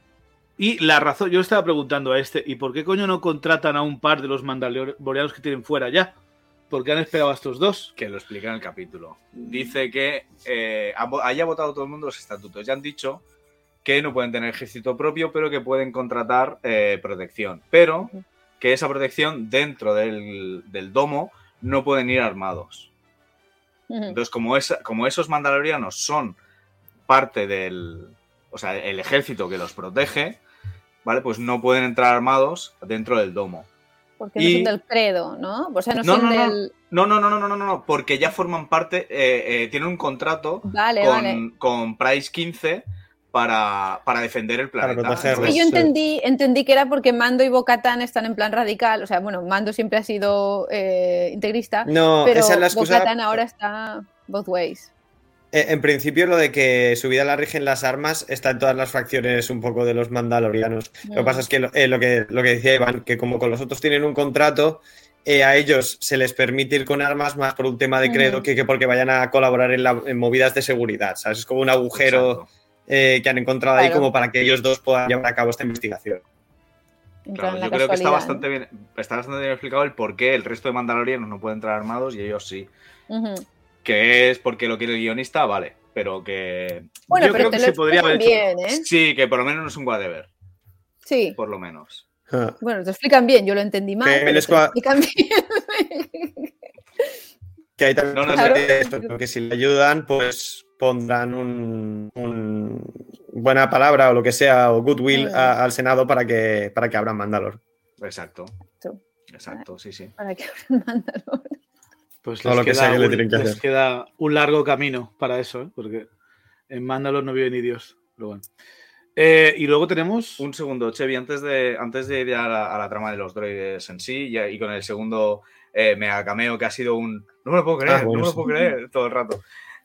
y la razón, yo estaba preguntando a este, ¿y por qué coño no contratan a un par de los mandalorianos que tienen fuera ya? ¿Por qué han esperado a estos dos? Que lo explica en el capítulo. Dice que eh, ha vo- haya votado todo el mundo los estatutos. Ya han dicho que no pueden tener ejército propio, pero que pueden contratar eh, protección. Pero que esa protección dentro del, del domo no pueden ir armados. Ujú. Entonces, como, esa, como esos mandalorianos son parte del... O sea, el ejército que los protege, ¿vale? Pues no pueden entrar armados dentro del domo. Porque no Y- son del credo, ¿no? O sea, no, No, son no, no. del. No, no, no, no, no, no, no, porque ya forman parte, eh, eh, tienen un contrato Vale, con, vale. con Price quince para, para defender el Para planeta. protegerlos. Es que yo Sí. entendí, entendí que era porque Mando y Bo-Katan están en plan radical. O sea, bueno, Mando siempre ha sido eh, integrista, No, pero esa es la excusa. Bo-Katan ahora está both ways. Eh, En principio, lo de que su vida la rigen las armas está en todas las facciones un poco de los mandalorianos. Lo que Mm. pasa es que lo, eh, lo que lo que decía Iván, que como con los otros tienen un contrato, eh, a ellos se les permite ir con armas más por un tema de credo Mm. que, que porque vayan a colaborar en, la- en movidas de seguridad. ¿Sabes? Es como un agujero Exacto. eh, que han encontrado ahí Claro. como para que ellos dos puedan llevar a cabo esta investigación. En Claro, plan, yo la creo que está casualidad, bastante bien, está bastante bien explicado el por qué el resto de mandalorianos no pueden entrar armados y ellos sí. ¿no? Ujú. Que es porque lo quiere el guionista, vale, pero que Bueno, Yo pero creo te que lo se podría haber explican hecho bien, ¿eh? sí, que por lo menos no es un whatever, Sí. por lo menos. Ah. Bueno, te explican bien, yo lo entendí mal, Que pero el te lo squad- explican bien. Que ahí también No, no, pasa claro. esto, que si le ayudan, pues pondrán un, un buena palabra o lo que sea, o goodwill Mm. a- al Senado para que, para que abran Mandalor. Exacto. Exacto. Exacto, sí, sí. Para que abran Mandalor. Pues O les, lo que queda, sea que le un, tienen que les hacer. queda un largo camino para eso, ¿eh? Porque en Mandalor no vive ni Dios. Pero bueno. Eh, y luego tenemos. Un segundo, Chevy, antes de, antes de ir a la, a la trama de los droides en sí y, y con el segundo eh, mega cameo que ha sido un... No me lo puedo creer, Ah, bueno, no me lo sí. puedo creer todo el rato.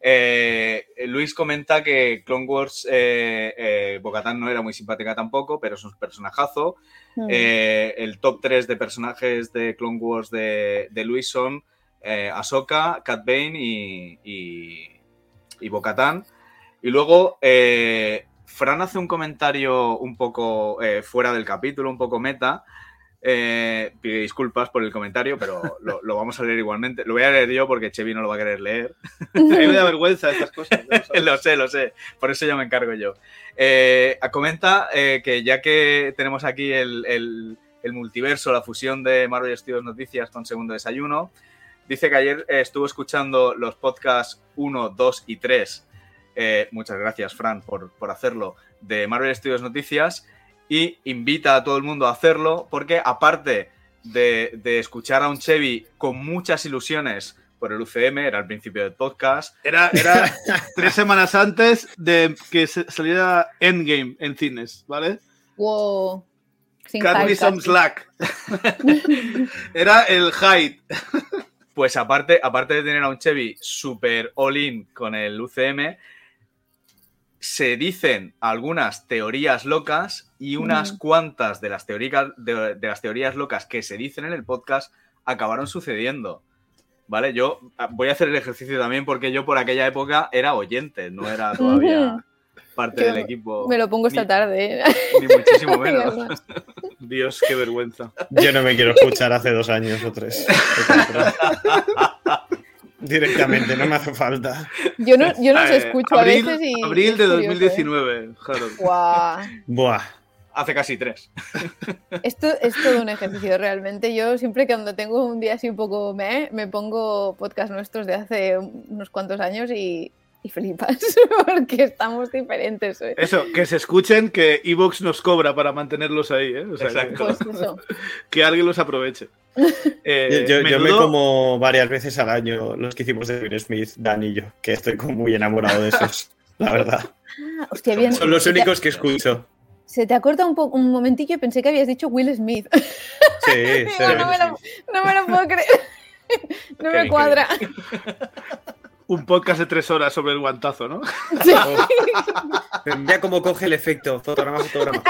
Eh, Luis comenta que Clone Wars, eh, eh, Bo-Katan no era muy simpática tampoco, pero es un personajazo. Mm. Eh, el top tres de personajes de Clone Wars de, de Luis son eh, Ahsoka, Cat Bane y, y, y Bo-Katan. Y luego eh, Fran hace un comentario un poco eh, fuera del capítulo, un poco meta. Eh, pide disculpas por el comentario, pero lo, lo vamos a leer igualmente. Lo voy a leer yo porque Chevy no lo va a querer leer. A mí me da vergüenza estas cosas. Lo sé, lo sé. Por eso ya me encargo yo. Eh, comenta eh, que ya que tenemos aquí el, el- el multiverso, la fusión de Marvel Studios Noticias con Segundo Desayuno. Dice que ayer eh, estuvo escuchando los podcasts uno, dos y tres. Eh, muchas gracias, Fran, por, por hacerlo, de Marvel Studios Noticias, y invita a todo el mundo a hacerlo porque, aparte de, de escuchar a un Chevy con muchas ilusiones por el U C M, era el principio del podcast. Era, era tres semanas antes de que se- saliera Endgame en cines, ¿vale? Wow. Sin Cut me hype, some casi. slack. Era el hype. Pues aparte, aparte de tener a un Chevy super all-in con el U C M, se dicen algunas teorías locas y unas Mm. cuantas de las, teóricas, de, de las teorías locas que se dicen en el podcast acabaron sucediendo. ¿Vale? Yo voy a hacer el ejercicio también porque yo por aquella época era oyente, no era todavía parte Yo del equipo. Me lo pongo esta ni- tarde. ¿eh? Ni muchísimo menos. Dios, qué vergüenza. Yo no me quiero escuchar hace dos años o tres. Directamente, no me hace falta. Yo no, yo no os Eh, escucho abril, a veces y. Abril es de curioso, dos mil diecinueve, Harold. ¿eh? Guau. Buah. Hace casi tres. Esto es todo un ejercicio realmente. Yo siempre que cuando tengo un día así un poco me, me pongo podcast nuestros de hace unos cuantos años y, y flipas, porque estamos diferentes. ¿eh? Eso, que se escuchen, que Evox nos cobra para mantenerlos ahí, ¿eh? O sea, Exacto. Pues eso. que, que alguien los aproveche. Eh, Yo, yo- yo me menudo- como varias veces al año los que hicimos de Will Smith, Dan y yo, que estoy como muy enamorado de esos, la verdad. Ah, hostia, bien. Son los Se te- únicos que escucho. Se te ha cortado un, po- un momentillo y pensé que habías dicho Will Smith. Sí, Digo, sí. no, me lo, no me lo puedo creer. No Qué me bien, cuadra. Un podcast de tres horas sobre el guantazo, ¿no? Mira cómo coge el efecto, fotograma, fotograma.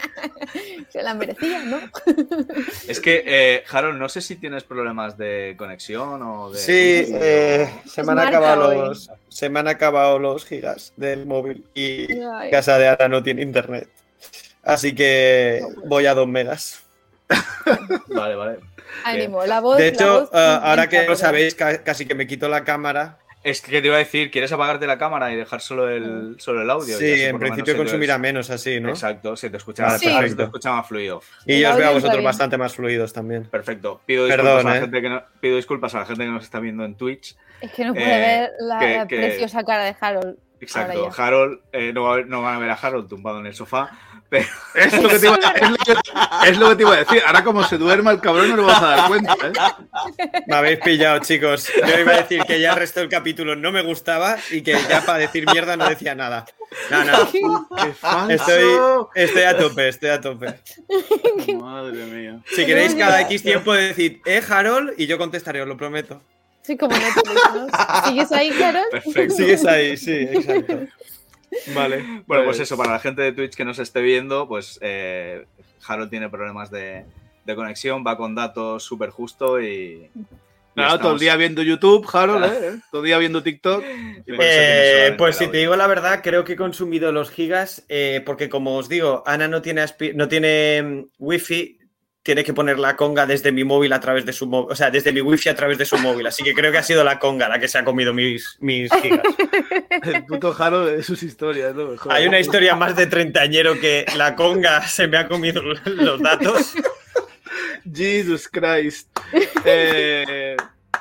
Se la merecía, ¿no? Es que, eh, Harold, no sé si tienes problemas de conexión o de... Sí, eh, se me han Marca acabado hoy. los, se me han acabado los gigas del móvil y Ay. casa de Ana no tiene internet. Así que voy a dos megas. Vale, vale. Ánimo, la voz. De la hecho, voz ah, ahora pinta, que lo pero- sabéis, ca- casi que me quito la cámara. Es que te iba a decir, ¿quieres apagarte la cámara y dejar solo el, solo el audio? Y Sí, así en por lo menos principio se te- consumirá menos así, ¿no? Exacto, se te escucha, Vale, se te perfecto. escucha más fluido. Y El yo os audio veo a está vosotros bien. bastante más fluidos también. Perfecto. Pido disculpas, Perdón, a la ¿eh? gente que no, pido disculpas a la gente que nos está viendo en Twitch. Es que no puede Eh, ver la, que- la que- preciosa cara de Harold. Exacto. Ahora ya. Harold, eh, no, va a ver- no van a ver a Harold tumbado en el sofá, pero Es lo, que te iba, es, lo que, es lo que te iba a decir. Ahora, como se duerma el cabrón, no lo vas a dar cuenta, ¿eh? Me habéis pillado, chicos. Yo iba a decir que ya el resto del capítulo no me gustaba y que ya para decir mierda no decía nada. No, no. ¡Qué falso! Estoy, estoy a tope, estoy a tope. Madre mía. Si queréis cada X tiempo decir, eh, Harold, y yo contestaré, os lo prometo. Sí, como Netflix, ¿no? ¿Sigues ahí, Harold? perfecto. Sigues ahí, sí, exacto. Vale. Bueno, pues eso, para la gente de Twitch que nos esté viendo, pues eh, Harold tiene problemas de, de conexión, va con datos súper justo y... y Claro, todo el estamos- día viendo YouTube, Harold, ¿eh? Todo el día viendo TikTok. y por eso tiene Eh, solamente pues el si te audio. digo la verdad, creo que he consumido los gigas eh, porque como os digo, Ana no tiene, aspi- no tiene mm, wifi, tiene que poner la conga desde mi móvil a través de su móvil, o sea, desde mi wifi a través de su móvil, así que creo que ha sido la conga la que se ha comido mis, mis gigas. El puto Harold de sus historias, es lo mejor. Hay una historia más de treintañero que la conga se me ha comido los datos. Jesus Christ. Eh,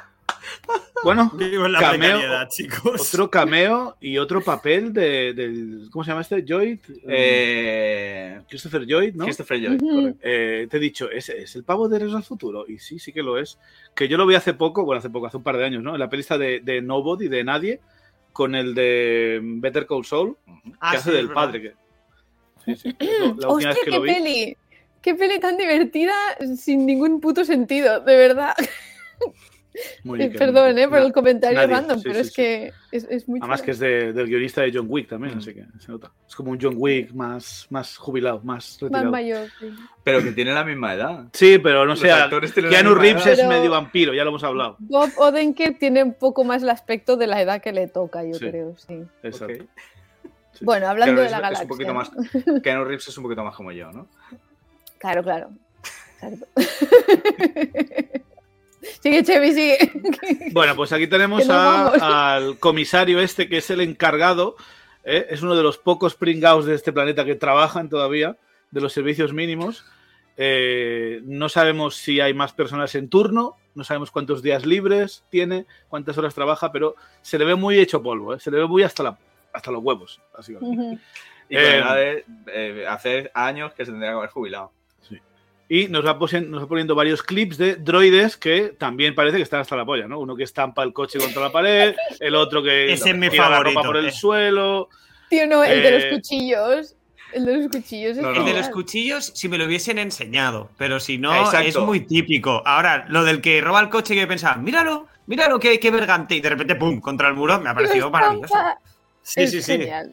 bueno, Vivo en la cameo, precariedad, chicos. otro cameo y otro papel de, del. ¿Cómo se llama este? Lloyd. Eh, Christopher Lloyd, ¿no? Christopher Lloyd, Ujú. correcto. Eh, te he dicho, ¿es, ¿es el pavo de Regreso al Futuro? Y sí, sí que lo es. Que yo lo vi hace poco, bueno, hace poco, hace un par de años, ¿no? En la pelista de, de Nobody, de Nadie, con el de Better Call Saul, Ah, que hace sí, del es verdad. padre. Que, sí, sí, es lo- la última ¡Hostia, vez que qué lo vi. peli! ¡Qué peli tan divertida sin ningún puto sentido! De verdad. Muy Eh, bien, Perdón, muy ¿eh? bien. Por el comentario Nadie, random, sí, pero sí, es sí. que es, es muy Además chula. que es de- del guionista de John Wick también, Mm. así que se nota. Es como un John Wick más, más jubilado, más Más retirado. mayor, sí. Pero que tiene la misma edad. Sí, pero no Los sé, actores tienen la Keanu misma Reeves edad. es Pero- medio vampiro, ya lo hemos hablado. Bob Odenkirk tiene un poco más el aspecto de la edad que le toca, yo Sí. creo, sí. Exacto. Ok. Sí. Bueno, hablando Keanu de la Reeves galaxia. es un poquito ¿no? más, Keanu Reeves es un poquito más como yo, ¿no? Claro, claro. Exacto. Sigue, Chevy, sigue. Bueno, pues aquí tenemos Que nos a- vamos. al comisario este, que es el encargado, ¿eh? Es uno de los pocos pringaos de este planeta que trabajan todavía, de los servicios mínimos, Eh, no sabemos si hay más personas en turno, no sabemos cuántos días libres tiene, cuántas horas trabaja, pero se le ve muy hecho polvo, ¿eh? Se le ve muy hasta, la, hasta los huevos, básicamente. Ujú. Y con Eh, edad de eh, hace años que se tendría que haber jubilado. Sí. Y nos va, posen- nos va poniendo varios clips de droides que también parece que están hasta la polla, ¿no? Uno que estampa el coche contra la pared, el otro que Ese es mi tira la favorito, ropa por el eh. suelo. Tío, no, el de los Eh, cuchillos. El de los cuchillos es No, no. El de genial. los cuchillos, si me lo hubiesen enseñado, pero si no, Exacto. es muy típico. Ahora, lo del que roba el coche y que pensaba, míralo, míralo, qué, qué vergante, y de repente, pum, contra el muro, me ha parecido Lo maravilloso. estampa. Sí, Es sí, sí. genial.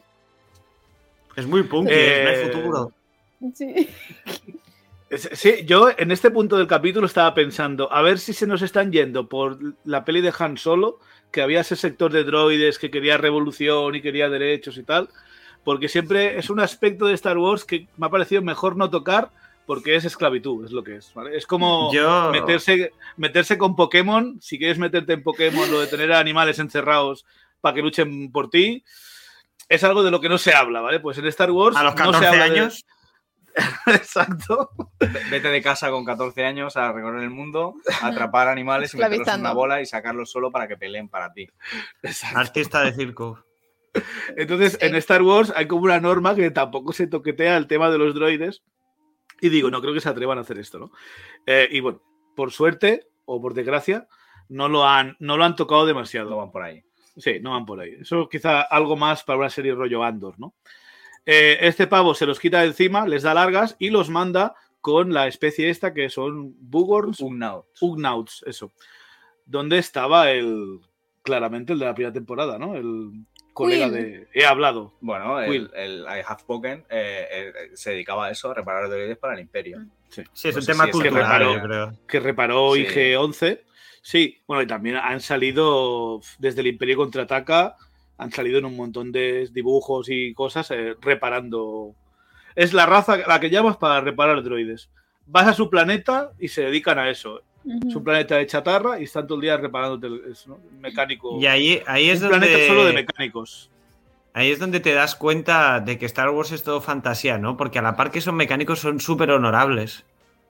Es muy punky, Eh, no hay futuro. Sí. Es- Sí, yo en este punto del capítulo estaba pensando, a ver si se nos están yendo por la peli de Han Solo, que había ese sector de droides que quería revolución y quería derechos y tal, porque siempre es un aspecto de Star Wars que me ha parecido mejor no tocar porque es esclavitud, es lo que es, ¿vale? Es como Yo- meterse, meterse con Pokémon, si quieres meterte en Pokémon, lo de tener a animales encerrados para que luchen por ti, es algo de lo que no se habla, ¿vale? Pues en Star Wars A los no se catorce habla de- años, Exacto. Vete de casa con catorce años a recorrer el mundo, a atrapar animales y meterlos en Esclavizando. una bola y sacarlos solo para que peleen para ti. artista de circo. Entonces, Sí. en Star Wars hay como una norma que tampoco se toquetea el tema de los droides. Y digo, no creo que se atrevan a hacer esto, ¿no? Eh, y bueno, por suerte o por desgracia, no lo han, no lo han tocado demasiado. No van por ahí. Sí, no van por ahí. Eso quizá algo más para una serie rollo Andor, ¿no? Eh, este pavo se los quita de encima, les da largas y los manda con la especie esta que son Bugorns, Ugnaughts. Ugnaughts, eso. Donde estaba el, claramente el de la primera temporada, ¿no? El colega Quill. de... He hablado. Bueno, el, Quill. el I Have Spoken eh, eh, se dedicaba a eso, a reparar droides para el Imperio. Sí, es No un sé tema si es que cultural, reparó- yo creo. Que reparó Sí. I G once. Sí, bueno, y también han salido desde el Imperio Contraataca, han salido en un montón de dibujos y cosas eh, reparando. Es la raza a la que llamas para reparar droides. Vas a su planeta y se dedican a eso. Ujú. Es un planeta de chatarra y están todo el día reparándote el- eso, ¿no? Mecánico. Y ahí, ahí es un planeta solo de donde. mecánicos. Ahí es donde te das cuenta de que Star Wars es todo fantasía, ¿no? Porque a la par que son mecánicos, son súper honorables.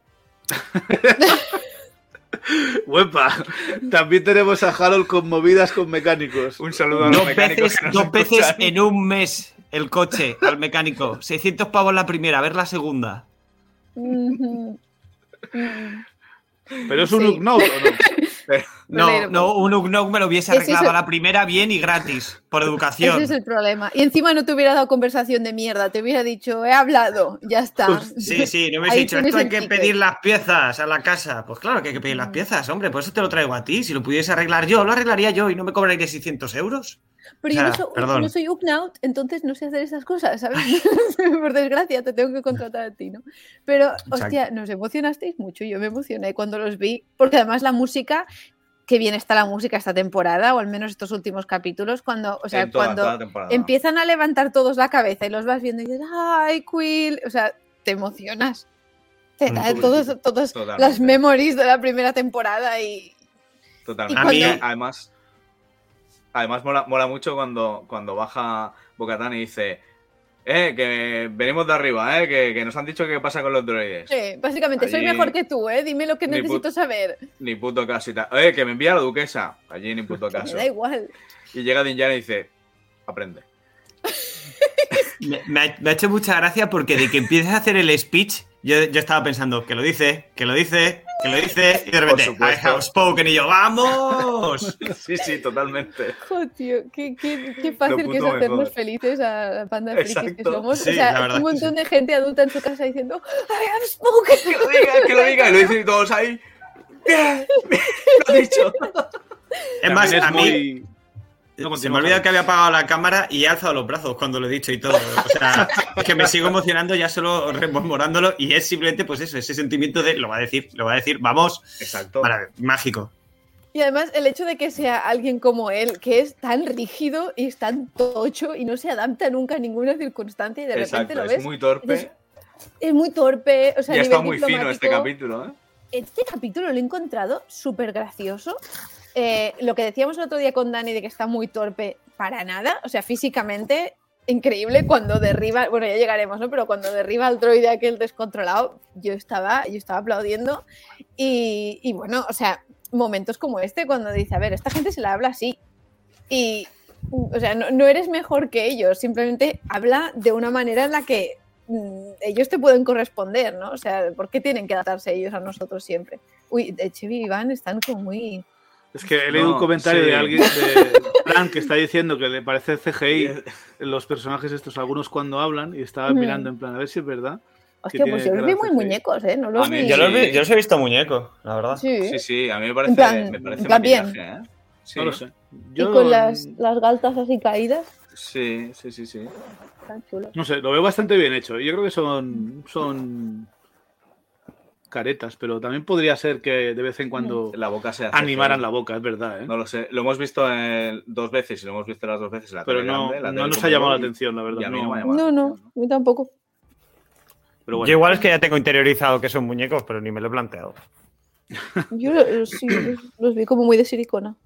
Huepa. También tenemos a Harold con movidas con mecánicos. Un saludo a los Dos mecánicos veces, que nos dos veces escuchan. en un mes el coche al mecánico. seiscientos pavos la primera, a ver la segunda. Ujú. Ujú. Pero es un Sí. Ugnaught, ¿o no? No, Relatable. no, un Ugnaught me lo hubiese Ese es arreglado el- a la primera bien y gratis, por educación. Ese es el problema. Y encima no te hubiera dado conversación de mierda, te hubiera dicho, he hablado, ya está. Pues Sí, sí, no me Ahí has dicho, tienes esto hay el que ticket. pedir las piezas a la casa. Pues claro que hay que pedir las Mm. piezas, hombre, por eso te lo traigo a ti. Si lo pudiese arreglar yo, lo arreglaría yo y no me cobraría seiscientos euros. Pero O yo no sea, soy, perdón. no soy Ugnaught, entonces no sé hacer esas cosas, ¿sabes? Por desgracia, te tengo que contratar a ti, ¿no? Pero, hostia, nos emocionasteis mucho. Yo me emocioné cuando los vi, porque además la música, que bien está la música esta temporada, o al menos estos últimos capítulos, cuando, o sea, En toda- cuando toda la temporada. empiezan a levantar todos la cabeza y los vas viendo y dices, ¡ay, Quill! O sea, te emocionas. Te Mm, da todos, todas Totalmente. las memories de la primera temporada y. Totalmente. A mí- Y además, además mola, mola mucho cuando, cuando baja Bo-Katan y dice, eh, que venimos de arriba, eh, que, que nos han dicho qué pasa con los droides. Sí, básicamente, soy Allí- mejor que tú, ¿eh? Dime lo que Ni necesito put- saber. Ni puto caso y tal. Eh, que me envía la duquesa. Allí ni puto Me caso. da igual. Y llega Din Djarin y dice, aprende. Me, me ha, me ha hecho mucha gracia porque de que empieces a hacer el speech, yo, yo estaba pensando, que lo dice, que lo dice, que lo dice, y de repente, I supuesto. have spoken, y yo, ¡vamos! Sí, sí, totalmente. Jo, tío, qué, qué, qué fácil Lo que es puto hacernos mejor. felices a la panda de frikis que Exacto. somos. Sí, o sea, la verdad un que montón sí. de gente adulta en su casa diciendo I have spoken. Que lo diga, que lo diga. Y lo dicen todos ahí. Bien, lo ha dicho. Es más, También es a mí muy- No, se me continúa, ha olvidado Javi. que había apagado la cámara y he alzado los brazos cuando lo he dicho y todo. O sea, es que me sigo emocionando ya solo rememorándolo y es simplemente, pues eso, ese sentimiento de, lo va a decir, lo va a decir, vamos, Exacto. marav- mágico. Y además el hecho de que sea alguien como él, que es tan rígido y es tan tocho y no se adapta nunca a ninguna circunstancia y de repente Exacto, lo es ves, muy torpe. dices, es muy torpe, o sea, Ya a está nivel muy fino este diplomático. capítulo, ¿eh? Este capítulo lo he encontrado súper gracioso. Eh, lo que decíamos el otro día con Dani de que está muy torpe, para nada. O sea, físicamente increíble cuando derriba, bueno, ya llegaremos, ¿no? Pero cuando derriba al droide aquel descontrolado, yo estaba, yo estaba aplaudiendo y, y bueno, o sea, momentos como este cuando dice, a ver, esta gente se la habla así y, o sea, no, no eres mejor que ellos, simplemente habla de una manera en la que mmm, ellos te pueden corresponder, ¿no? O sea, ¿por qué tienen que adaptarse ellos a nosotros siempre? Uy, de Chevy y Iván están como muy... Es que he leído No, un comentario sí. de alguien, de Fran, que está diciendo que le parece C G I los personajes estos, algunos cuando hablan, y estaba Mm. mirando en plan, a ver si es verdad. Hostia, que pues tiene yo los cara vi de muy C G I. muñecos, ¿eh? No los A mí vi... Yo los, vi, Sí. yo los he visto muñecos, la verdad. Sí, Sí, sí, a mí me En parece, plan, me parece en plan bien. maquillaje, ¿eh? Sí. No lo sé. y Yo, con las, las galtas así caídas, Sí, sí, sí, sí. están chulos. no sé, lo veo bastante bien hecho. Yo creo que son, son caretas, pero también podría ser que de vez en cuando La boca se hace animaran feo. la boca, es verdad, ¿eh? No lo sé. Lo hemos visto en- dos veces y lo hemos visto las dos veces en la Pero tele no, grande, la no tele nos ha conmigo, llamado la y- atención, la verdad. y a mí no. no me ha llamado No, la no, atención, a mí tampoco. Pero bueno. Yo igual es que ya tengo interiorizado que son muñecos, pero ni me lo he planteado. Yo lo- sí, los, los vi como muy de silicona.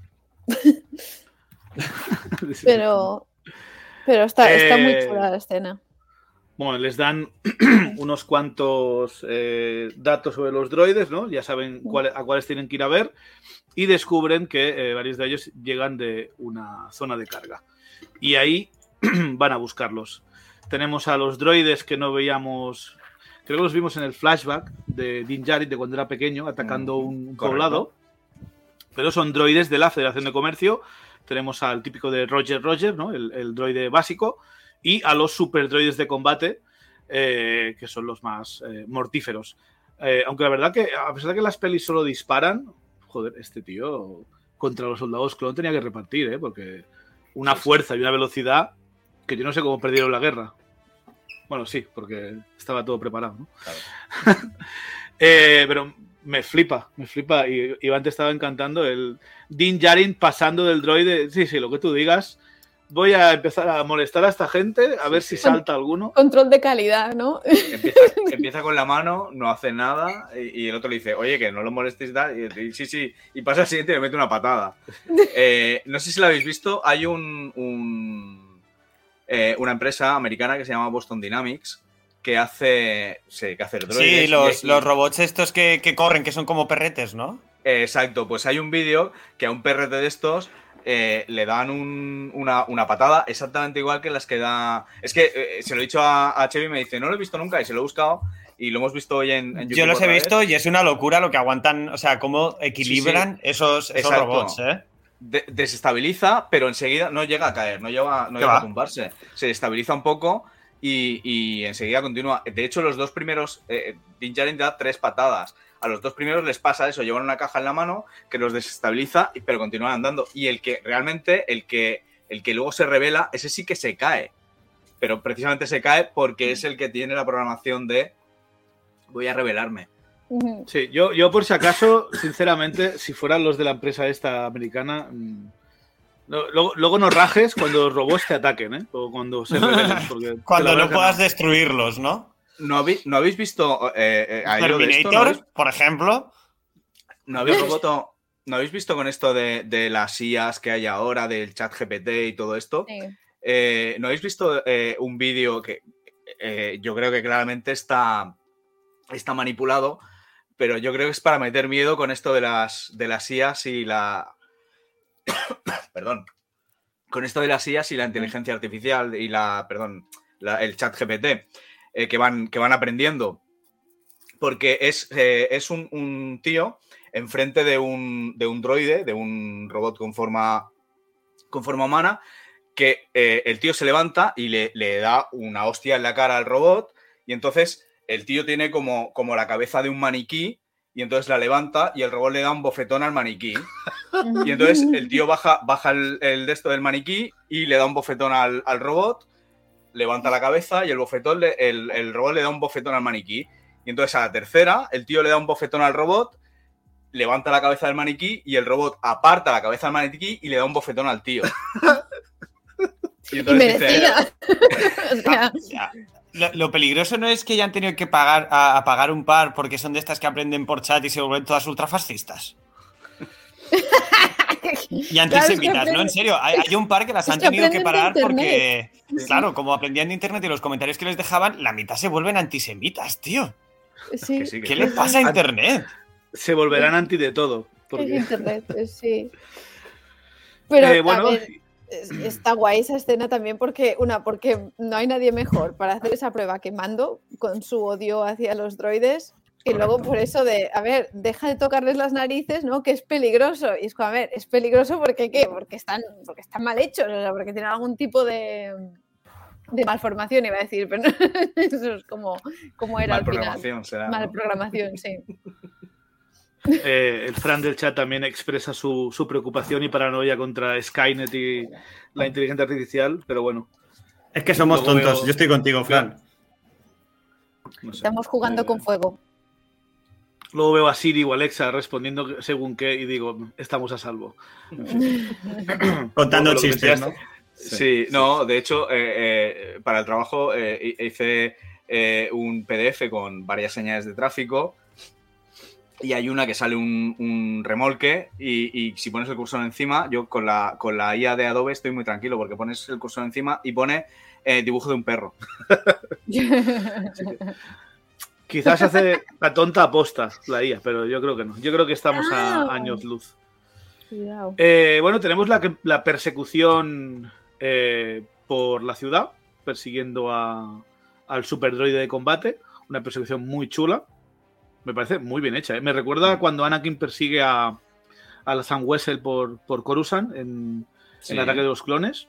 Pero, pero está, está muy Eh, chula la escena. Bueno, les dan unos cuantos eh, datos sobre los droides, ¿no? Ya saben cuál- a cuáles tienen que ir a ver y descubren que eh, varios de ellos llegan de una zona de carga. Y ahí van a buscarlos. Tenemos a los droides que no veíamos, creo que los vimos en el flashback de Din Djarin de cuando era pequeño, atacando un correcto. poblado. Pero son droides de la Federación de Comercio. Tenemos al típico de Roger Roger, ¿no? El, el droide básico. Y a los super droides de combate, eh, que son los más eh, mortíferos. Eh, aunque la verdad que, a pesar de que las pelis solo disparan, joder, este tío contra los soldados clon tenía que repartir, ¿eh? Porque una fuerza y una velocidad que yo no sé cómo perdieron la guerra. Bueno, sí, porque estaba todo preparado, ¿no? Claro. eh, pero me flipa, me flipa. Y Iván te estaba encantando el Din Djarin pasando del droide. Sí, sí, lo que tú digas. Voy a empezar a molestar a esta gente, a ver si salta alguno. Control de calidad, ¿no? Empieza, empieza con la mano, no hace nada y, y el otro le dice, oye, que no lo molestéis, tal, y, y sí, sí, y pasa al siguiente y le mete una patada. Eh, no sé si lo habéis visto, hay un, un eh, una empresa americana que se llama Boston Dynamics que hace, sí, que hace droides. Sí, los, y- los robots estos que, que corren, que son como perretes, ¿no? Eh, exacto, pues hay un vídeo que a un perrete de estos eh, le dan un- una, una patada exactamente igual que las que da... Es que eh, se lo he dicho a, a Chevy y me dice, no lo he visto nunca y se lo he buscado y lo hemos visto hoy en, en YouTube. Yo los he otra visto vez. y es una locura lo que aguantan, o sea, cómo equilibran esos, esos Exacto. robots, ¿eh? De- desestabiliza, pero enseguida no llega a caer, no llega, no ¿Qué llega a va? tumbarse. Se estabiliza un poco y, y enseguida continúa. De hecho, los dos primeros, eh, Din Djarin da tres patadas. A los dos primeros les pasa eso, llevan una caja en la mano que los desestabiliza, y- pero continúan andando. Y el que realmente, el que, el que luego se revela, ese sí que se cae. Pero precisamente se cae porque es el que tiene la programación de voy a revelarme. Ujú. Sí, yo, yo por si acaso, sinceramente, si fueran los de la empresa esta americana, mmm, lo- luego, luego no rajes cuando los robots te ataquen, ¿eh? O cuando se rebelen. Porque te Cuando la no habrás puedas ganado. destruirlos, ¿no? ¿No habéis, no habéis visto eh, eh, a ello de esto? ¿No Terminator, habéis- por ejemplo. ¿No habéis, roboto- ¿No habéis visto con esto de, de las I As que hay ahora, del chat G P T y todo esto? Sí. Eh, ¿No habéis visto eh, un vídeo que eh, yo creo que claramente está, está manipulado, pero yo creo que es para meter miedo con esto de las, de las I As y la... Perdón. Con esto de las I As y la inteligencia artificial y la... Perdón, la- el chat G P T, eh, que, van, que van aprendiendo. Porque es, eh, es un, un tío enfrente de un, de un droide, de un robot con forma, con forma humana, que eh, el tío se levanta y le, le da una hostia en la cara al robot, y entonces el tío tiene como, como la cabeza de un maniquí, y entonces la levanta y el robot le da un bofetón al maniquí. Y entonces el tío baja, baja el, el de esto del maniquí y le da un bofetón al, al robot, levanta la cabeza y el bofetón le- el, el robot le da un bofetón al maniquí. Y entonces a la tercera, el tío le da un bofetón al robot, levanta la cabeza del maniquí y el robot aparta la cabeza del maniquí y le da un bofetón al tío. Y Y entonces dice, merecida. O sea, Ya. Lo, lo peligroso no es que ya han tenido que pagar a, a pagar un par porque son de estas que aprenden por chat y se vuelven todas ultrafascistas. Y antisemitas, Claro, ¿no? En serio, hay, hay un par que las es han que tenido que aprenden de parar internet. porque, claro, como aprendían de internet y los comentarios que les dejaban, la mitad se vuelven antisemitas, tío. Sí, Que sí, que ¿Qué sí. le pasa a internet? Se volverán anti de todo. es Porque... internet, eh, sí. Pero, Eh, bueno, a ver, es- está guay esa escena también porque, una, porque no hay nadie mejor para hacer esa prueba que Mando con su odio hacia los droides. Y luego por eso de, a ver, deja de tocarles las narices, ¿no? Que es peligroso. Y es como, a ver, es peligroso porque ¿qué? Porque están, porque están mal hechos, o sea, porque tienen algún tipo de, de malformación, iba a decir, pero no, eso es como, como era Mal al final. programación será, ¿no? Mal programación, sí. eh, el Fran del chat también expresa su, su preocupación y paranoia contra Skynet y la inteligencia artificial, pero bueno, Es que somos Luego tontos. veo- Yo estoy contigo, Fran. no sé. Estamos jugando Eh, con fuego. Luego veo a Siri o Alexa respondiendo según qué y digo, estamos a salvo. En fin. Contando Lo que chistes, decías- ¿no? Sí, no, de hecho, eh, eh, para el trabajo eh, hice eh, un P D F con varias señales de tráfico y hay una que sale un, un remolque y, y si pones el cursor encima, yo con la, con la I A de Adobe estoy muy tranquilo porque pones el cursor encima y pone eh, dibujo de un perro. Quizás hace la tonta aposta la I A, pero yo creo que no. Yo creo que estamos a Ah. años luz. Cuidado. Eh, bueno, tenemos la, la persecución eh, por la ciudad, persiguiendo a, al superdroide de combate. Una persecución muy chula. Me parece muy bien hecha. ¿eh? Me recuerda a cuando Anakin persigue a, a la Sam Wessel por, por Coruscant en, Sí. en el ataque de los clones.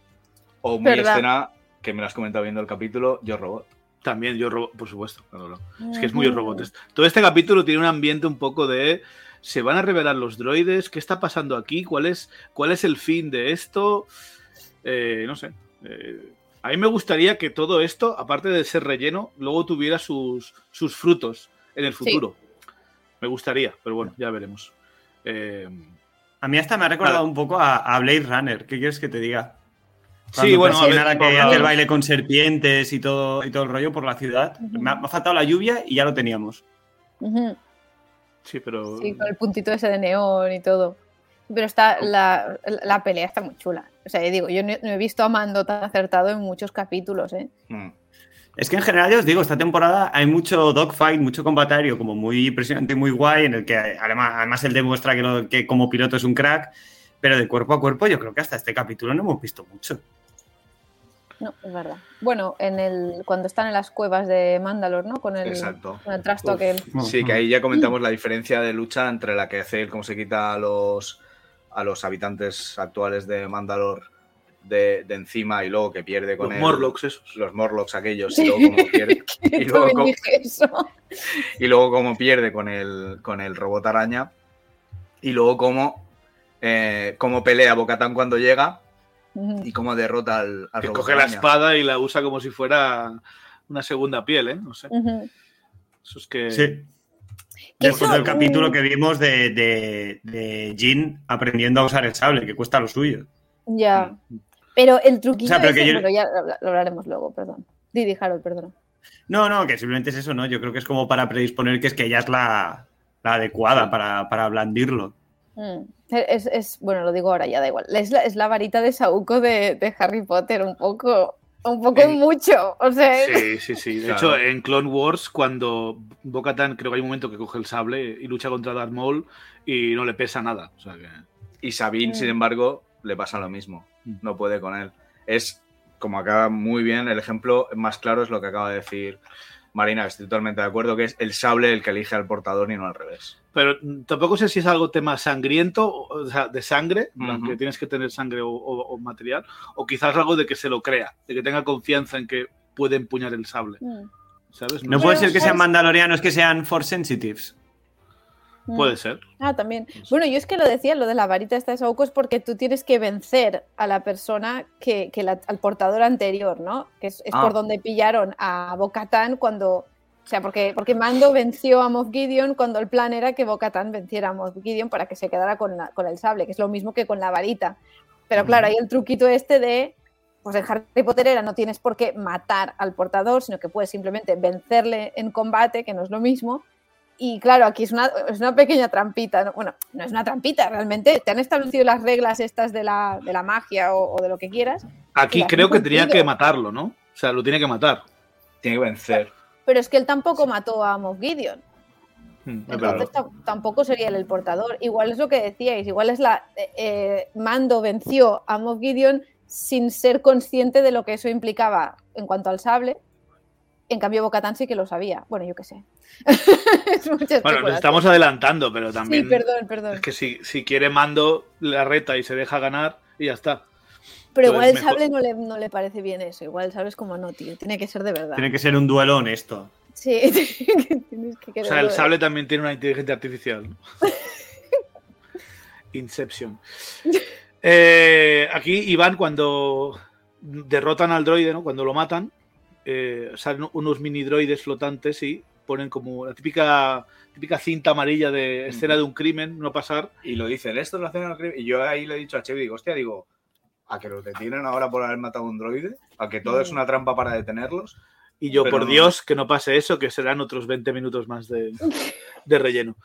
O muy ¿Verdad? escena, que me lo has comentado viendo el capítulo, Yo Robot. También yo robot, por supuesto. Claro, claro. Es que es muy robot. Todo este capítulo tiene un ambiente un poco de... ¿Se van a revelar los droides? ¿Qué está pasando aquí? ¿Cuál es, cuál es el fin de esto? Eh, no sé. Eh, a mí me gustaría que todo esto, aparte de ser relleno, luego tuviera sus, sus frutos en el futuro. Me gustaría, pero bueno, ya veremos. Eh, A mí hasta me ha recordado Vale. un poco a, a Blade Runner. ¿Qué quieres que te diga? sí, Cuando bueno, a persiguen ver, la que por- hace el baile con serpientes y todo, y todo el rollo por la ciudad. Me ha, me ha faltado la lluvia y ya lo teníamos. Ujú. sí, pero... Sí, con el puntito ese de neón y todo. Pero está la, la pelea está muy chula. O sea, yo digo, yo no, no he visto a Mando tan acertado en muchos capítulos, ¿eh? Mm. Es que en general, ya os digo, esta temporada hay mucho dogfight, mucho combate aéreo como muy impresionante y muy guay, en el que además, además él demuestra que, lo- que como piloto es un crack, pero de cuerpo a cuerpo yo creo que hasta este capítulo no hemos visto mucho. No, es verdad. Bueno, en el cuando están en las cuevas de Mandalore, ¿no? Con el, Exacto. con el trastoque. Sí, que ahí ya comentamos la diferencia de lucha entre la que hace él, cómo se quita a los, a los habitantes actuales de Mandalore de, de encima y luego que pierde con Los él. Morlocks esos. Los Morlocks aquellos y luego cómo pierde, y luego También cómo- dije eso. y luego cómo pierde con el, con el robot araña y luego cómo, eh, cómo pelea Bo-Katan cuando llega Ujú. y cómo derrota al, al Que robot coge la araña. espada y la usa como si fuera una segunda piel, ¿eh? No sé. Ujú. Eso es que... Sí. Que Después eso, del capítulo mm, que vimos de, de, de Jin aprendiendo a usar el sable, que cuesta lo suyo. Ya. Pero el truquillo O sea, pero ese, que yo- bueno, ya lo lo hablaremos luego, perdón. Didi, Harold, perdón. No, no, que simplemente es eso, ¿no? Yo creo que es como para predisponer que es que ella es la, la adecuada para, para blandirlo. Mm. Es, es- bueno, lo digo ahora, ya da igual. Es la, es la varita de Saúco de, de Harry Potter, un poco, un poco En- mucho. O sea, es- Sí, sí, sí. De Claro. hecho, en Clone Wars, cuando Bo-Katan creo que hay un momento que coge el sable y lucha contra Darth Maul y no le pesa nada. O sea que... Y Sabine, Mm. sin embargo, le pasa lo mismo. Mm. No puede con él. Es, como acaba muy bien, el ejemplo más claro es lo que acaba de decir Marina, que estoy totalmente de acuerdo, que es el sable el que elige al portador y no al revés. Pero mm, tampoco sé si es algo tema sangriento, o o sea, de sangre, en plan Ujú. que tienes que tener sangre o, o- o material, o quizás algo de que se lo crea, de que tenga confianza en que puede empuñar el sable. Mm. ¿Sabes? No sé. puede ser que sean ¿sabes? mandalorianos que sean force sensitives. Mm. Puede ser. Ah, también. Bueno, yo es que lo decía, lo de la varita esta de Saúco es porque tú tienes que vencer a la persona que, que la- al portador anterior, ¿no? Que es, es Ah. por donde pillaron a Bo-Katan cuando... O sea, porque, porque Mando venció a Moff Gideon cuando el plan era que Bo-Katan venciera a Moff Gideon para que se quedara con, la- con el sable, que es lo mismo que con la varita. Pero claro, hay el truquito este de... Pues en Harry Potter era, no tienes por qué matar al portador, sino que puedes simplemente vencerle en combate, que no es lo mismo. Y claro, aquí es una, es una pequeña trampita. ¿no? Bueno, no es una trampita, realmente. Te han establecido las reglas estas de la, de la magia o, o de lo que quieras. Aquí creo que tenía que matarlo, ¿no? O sea, lo tiene que matar. Tiene que vencer. Pero es que él tampoco mató a Moff Gideon. Hmm, Entonces claro. tampoco sería él el portador. Igual es lo que decíais. Igual es la... Eh, Mando venció a Moff Gideon sin ser consciente de lo que eso implicaba en cuanto al sable. En cambio, Bo-Katan sí que lo sabía. Bueno, yo qué sé. Bueno, nos estamos adelantando, pero también... Sí, perdón, perdón. Es que si, si quiere Mando, la reta y se deja ganar y ya está. Pero igual el sable no le, no le parece bien eso. Igual el sable es como no, tío. Tiene que ser de verdad. Tiene que ser un duelo honesto. Sí, tienes que O sea, el sable también tiene una inteligencia artificial. ¿no? Inception. Eh, aquí Iván, cuando derrotan al droide, ¿no? Cuando lo matan, eh, salen unos mini droides flotantes y ponen como la típica, típica cinta amarilla de escena de un crimen, no pasar. Y lo dicen, esto es la escena de un crimen. Y yo ahí le he dicho a Chevy, digo, hostia, digo, a que los detienen ahora por haber matado a un droide, a que todo es una trampa para detenerlos. Y yo, Pero por no. Dios, que no pase eso, que serán otros veinte minutos más de, de relleno.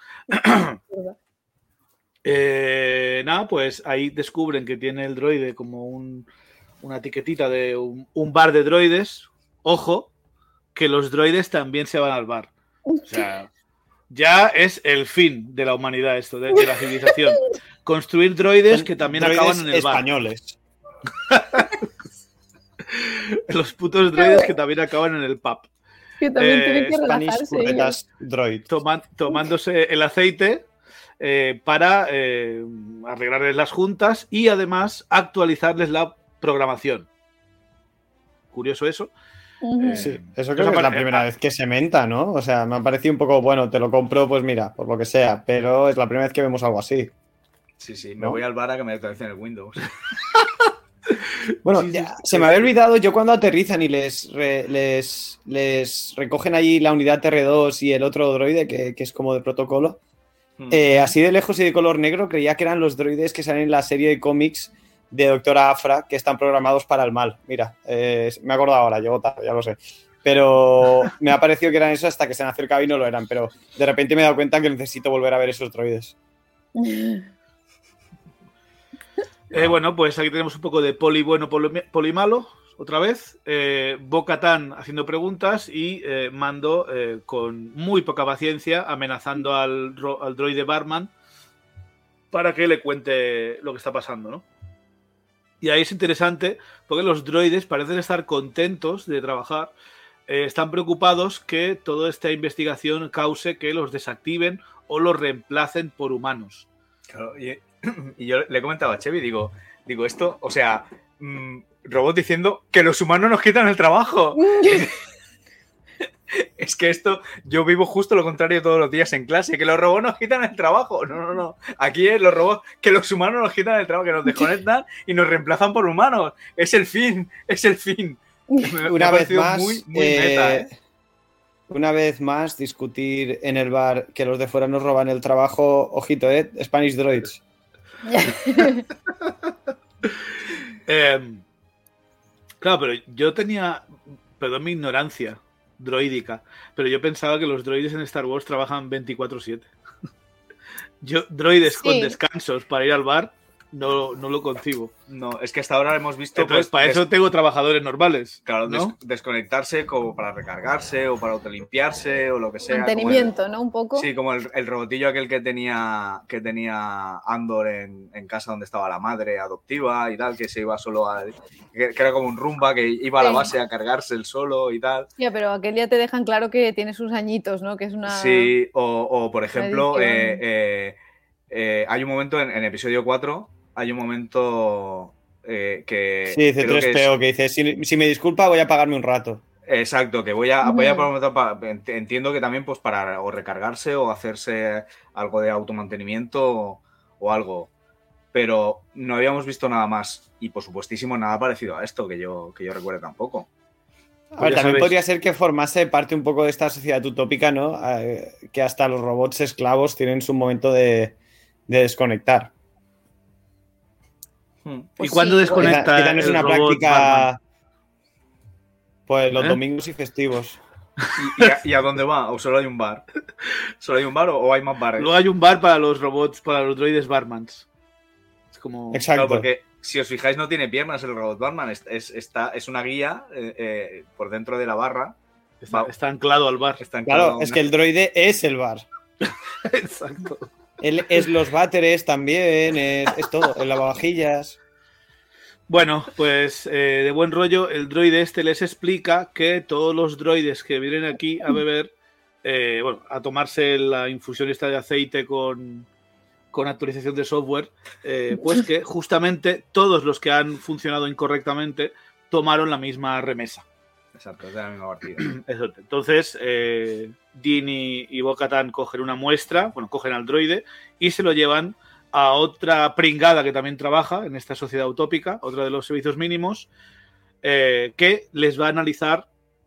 eh, nada, pues ahí descubren que tiene el droide como un, una etiquetita de un, un bar de droides. Ojo, que los droides también se van al bar. O sea, ya es el fin de la humanidad esto, de, de la civilización. Construir droides que también droides acaban en el españoles. bar. Los putos droides que también acaban en el pub. Que también Eh, tienen que Spanish relajarse. Curretas Droid. Toma, tomándose el aceite eh, para eh, arreglarles las juntas y además actualizarles la programación. Curioso eso. Uh-huh. Eh, Sí, eso creo que es la primera vez que se menta, ¿no? O sea, me ha parecido un poco, bueno, te lo compro, pues mira, por lo que sea, pero es la primera vez que vemos algo así. Sí, sí, me ¿no? voy al bar a que me actualicen el Windows. Bueno, Sí, sí, ya, sí. se me había olvidado, yo cuando aterrizan y les, re- les, les recogen allí la unidad T R dos y el otro droide, que, que es como de protocolo, eh, así de lejos y de color negro, creía que eran los droides que salen en la serie de cómics de Doctora Afra, que están programados para el mal. Mira, eh, me he acordado ahora, llego tarde, ya lo sé. Pero me ha parecido que eran eso hasta que se me acercaba y no lo eran, pero de repente me he dado cuenta que necesito volver a ver esos droides. Eh, bueno, pues aquí tenemos un poco de poli bueno, poli, poli malo, otra vez. Eh, Bo-Katan haciendo preguntas y eh, Mando eh, con muy poca paciencia amenazando al, al droide Barman para que le cuente lo que está pasando, ¿no? Y ahí es interesante porque los droides parecen estar contentos de trabajar. Eh, están preocupados que toda esta investigación cause que los desactiven o los reemplacen por humanos. Claro, y, y yo le he comentado a Chevy, digo, digo esto, o sea, mmm, robot diciendo que los humanos nos quitan el trabajo. Es que esto, yo vivo justo lo contrario todos los días en clase, que los robots nos quitan el trabajo. No, no, no. Aquí es los robots, que los humanos nos quitan el trabajo, que nos desconectan y nos reemplazan por humanos. Es el fin, es el fin. Me, Una me vez más, muy, muy eh, meta, ¿eh? una vez más, discutir en el bar que los de fuera nos roban el trabajo. Ojito, ¿eh? Spanish Droids. eh, claro, pero yo tenía, perdón mi ignorancia droídica, pero yo pensaba que los droides en Star Wars trabajan veinticuatro siete. Yo, droides Sí. con descansos para ir al bar, no, no lo concibo. No, es que hasta ahora hemos visto... Entonces, pues, para des- eso tengo trabajadores normales. Claro, des- ¿no? desconectarse como para recargarse o para autolimpiarse o lo que sea. Mantenimiento, ¿no? Un poco. Como el, sí, como el, el robotillo aquel que tenía que tenía Andor en, en casa donde estaba la madre adoptiva y tal, que se iba solo a... Que, que era como un rumba, que iba a la Sí. base a cargarse el solo y tal. Ya, pero aquel día te dejan claro que tiene sus añitos, ¿no? Que es una... Sí, o, o, por ejemplo, tradición. eh, eh, eh, hay un momento en, en episodio cuatro, hay un momento eh, que... Sí, dice creo que tres P O que dice, si, si me disculpa voy a pagarme un rato. Exacto, que voy a, voy a Ujú. por un momento pa- ent- entiendo que también pues para o recargarse o hacerse algo de automantenimiento o, o algo, pero no habíamos visto nada más y por supuestísimo nada parecido a esto que yo, que yo recuerde tampoco. A ver, ya también sabéis. podría ser que formase parte un poco de esta sociedad utópica, ¿no? Eh, que hasta los robots esclavos tienen su momento de, de desconectar. Pues ¿Y cuándo sí, desconecta Quizá, quizá no es el una robot práctica... Barman? Pues los ¿Eh? domingos y festivos. ¿Y, y, a, ¿Y a dónde va? ¿O solo hay un bar? ¿Solo hay un bar o, o hay más bares? Luego hay un bar para los robots, para los droides barmans. Es como... Exacto. Claro, porque si os fijáis no tiene piernas el robot barman. Es, es, está, es una guía eh, eh, por dentro de la barra. Está, está anclado al bar. Está anclado Claro, una... es que el droide es el bar. Exacto. Él es los váteres también, es, es todo, el lavavajillas. Bueno, pues eh, de buen rollo, el droide este les explica que todos los droides que vienen aquí a beber, eh, bueno, a tomarse la infusión esta de aceite con, con actualización de software, eh, pues que justamente todos los que han funcionado incorrectamente tomaron la misma remesa. Exacto, es de la misma partida. Eso. Entonces, eh, Din y, y Bo-Katan cogen una muestra, bueno, cogen al droide y se lo llevan a otra pringada que también trabaja en esta sociedad utópica, otra de los servicios mínimos, eh, que les va a analizar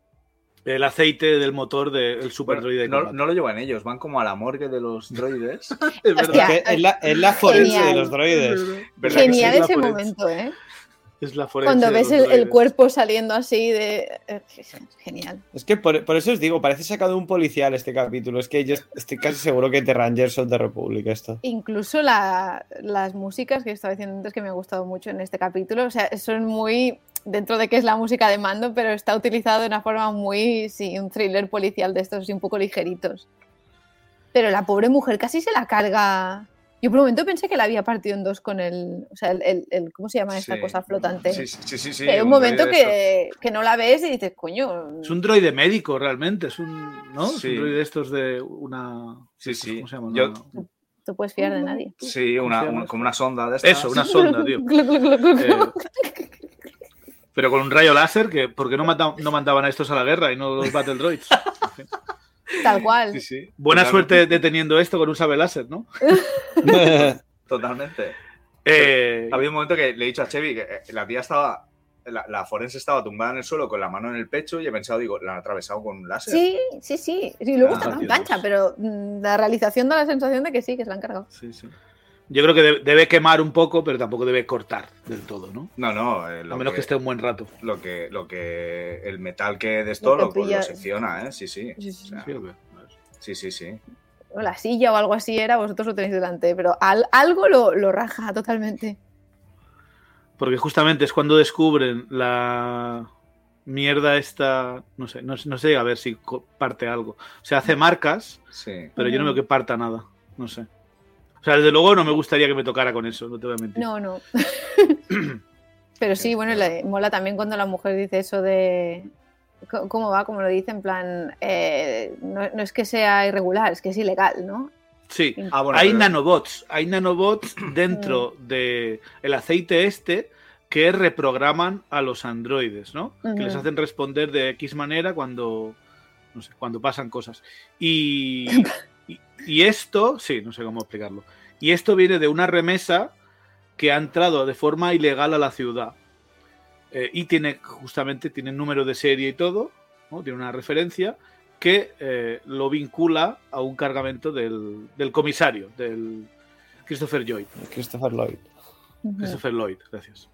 el aceite del motor del super Bueno, droide. no, no lo llevan ellos, van como a la morgue de los droides. Es verdad. Hostia, Es la, es la forense Genial. de los droides. ¿Verdad que Genial sí? Es la ese forense. momento, ¿eh? Es la forense Cuando de ves los el, el droides. cuerpo saliendo así de... eh, Genial. Es que por, por eso os digo, parece sacado un policial este capítulo. Es que yo estoy casi seguro que The Rangers son de República esto. Incluso la- las músicas que estaba diciendo antes que me ha gustado mucho en este capítulo, o sea, son muy dentro de que es la música de mando, pero está utilizado de una forma muy, sí, un thriller policial de estos, así un poco ligeritos. Pero la pobre mujer casi se la carga. Yo por un momento pensé que la había partido en dos con el, o sea, el, el- el- ¿cómo se llama esta Sí. cosa flotante? Sí, sí, sí. sí Hay un un momento droide de que, que no la ves y dices, coño. Es un droide médico, realmente. Es un, ¿no? Es Sí. un droide de estos de una... Sí, sí. ¿Cómo se llama? Yo- Una- No puedes fiar de nadie. estos. Sí, una, ¿Cómo se llama una- eso? como una sonda de estas. Eso, una sonda, tío. Glu, glu, glu, glu, glu. Eh, pero con un rayo láser, que ¿por qué no, mata- no mandaban a estos a la guerra y no los Battle Droids? En fin. Tal cual. Sí, sí. Buena Totalmente. suerte deteniendo esto con un sable láser, ¿no? Totalmente. Eh, Había un momento que le he dicho a Chevy que eh, la tía estaba, la, la forense estaba tumbada en el suelo con la mano en el pecho y he pensado, digo, la han atravesado con un láser. Sí, sí, sí. Y luego Ah, está tan Dios. cancha, pero mm, la realización da la sensación de que sí, que se la han cargado. sí, sí. Yo creo que debe, debe quemar un poco, pero tampoco debe cortar del todo, ¿no? No, no, eh, lo A menos que, que, esté un buen rato. lo que, lo que el metal que de esto Lo lo, que lo, pilla- secciona, ¿eh? Sí, sí. Sí, sí, O sea, ¿Sí o qué? sí, sí, sí. O la silla o algo así era, vosotros lo tenéis delante, pero al- algo lo, lo raja totalmente. Porque justamente es cuando descubren la mierda esta... No sé, no, no sé a ver si co- parte algo. O sea, hace marcas, Sí. pero yo no veo que parta nada. No sé. O sea, desde luego no me gustaría que me tocara con eso, no te voy a mentir. No, no. Pero sí, bueno, le mola también cuando la mujer dice eso de... co- ¿Cómo va? Como lo dice, en plan, eh, no, no es que sea irregular, es que es ilegal, ¿no? Sí, Ah, bueno, hay pero- nanobots, hay nanobots dentro del aceite este que reprograman a los androides, ¿no? Ujú. Que les hacen responder de X manera cuando, no sé, cuando pasan cosas. Y, y, y esto, sí, no sé cómo explicarlo. Y esto viene de una remesa que ha entrado de forma ilegal a la ciudad. Eh, y tiene, justamente, tiene número de serie y todo, ¿no? Tiene una referencia que eh, lo vincula a un cargamento del, del comisario, del Christopher Lloyd. Christopher Lloyd. Ujú. Christopher Lloyd, gracias.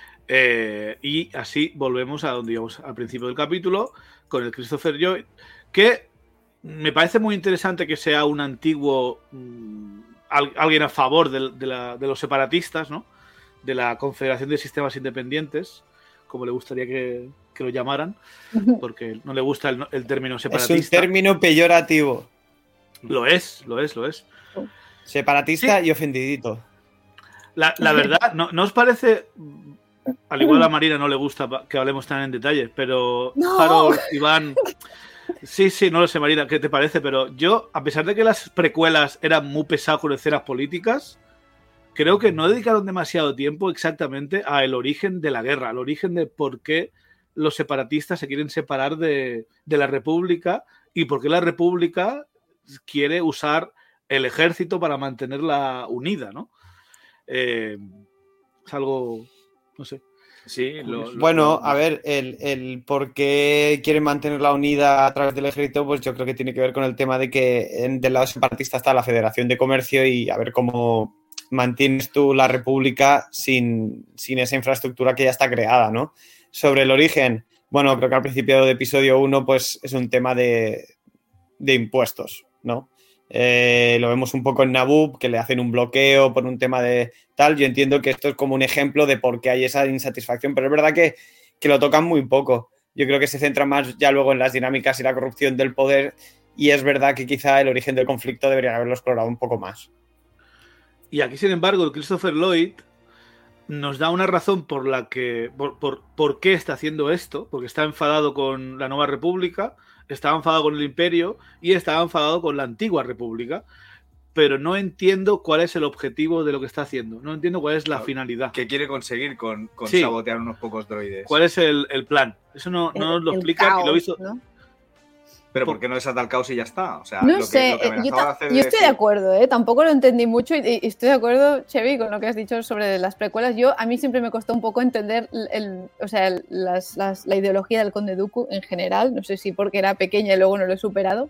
Eh, y así volvemos a donde íbamos al principio del capítulo, con el Christopher Lloyd, que me parece muy interesante que sea un antiguo, mmm, al, alguien a favor de, de, la, de los separatistas, ¿no? De la Confederación de Sistemas Independientes, como le gustaría que, que lo llamaran, porque no le gusta el, el término Es separatista. un término peyorativo. Lo es, lo es, lo es. Separatista Sí. y ofendidito. La, la verdad, ¿no, ¿no os parece? Al igual a Marina no le gusta pa- que hablemos tan en detalles, pero No. Harold, Iván. Sí, sí, no lo sé, Marina, ¿qué te parece? Pero yo, a pesar de que las precuelas eran muy pesadas con escenas políticas, creo que no dedicaron demasiado tiempo exactamente al origen de la guerra, al origen de por qué los separatistas se quieren separar de, de la República y por qué la República quiere usar el ejército para mantenerla unida, ¿no? Eh, es algo, no sé. Sí, lo- lo- Bueno, lo- a ver, el, el por qué quieren mantenerla unida a través del ejército, pues yo creo que tiene que ver con el tema de que en, del lado separatista está la Federación de Comercio y a ver cómo mantienes tú la República sin, sin esa infraestructura que ya está creada, ¿no? Sobre el origen, bueno, creo que al principio de episodio uno pues es un tema de, de impuestos, ¿no? Eh, lo vemos un poco en Naboo, que le hacen un bloqueo por un tema de tal. Yo entiendo que esto es como un ejemplo de por qué hay esa insatisfacción, pero es verdad que, que lo tocan muy poco. Yo creo que se centra más ya luego en las dinámicas y la corrupción del poder, y es verdad que quizá el origen del conflicto deberían haberlo explorado un poco más. Y aquí, sin embargo, Christopher Lloyd nos da una razón por la que por, por, por qué está haciendo esto, porque está enfadado con la Nueva República, estaba enfadado con el Imperio y estaba enfadado con la Antigua República, pero no entiendo cuál es el objetivo de lo que está haciendo, no entiendo cuál es la Claro. finalidad. ¿Qué quiere conseguir con, con Sí. sabotear unos pocos droides? ¿Cuál es el, el plan? Eso no, no nos lo El explica caos, y lo hizo. ¿no? Pero ¿por qué no desata el caos y ya está? O sea, No lo que, sé, lo que eh, yo, amenazaba ta- hacer yo de estoy de decir- acuerdo, ¿eh? Tampoco lo entendí mucho y, y estoy de acuerdo, Chevy, con lo que has dicho sobre las precuelas. Yo, a mí siempre me costó un poco entender el, el- o sea, el- las- las- la ideología del Conde Dooku en general, no sé si porque era pequeña y luego no lo he superado,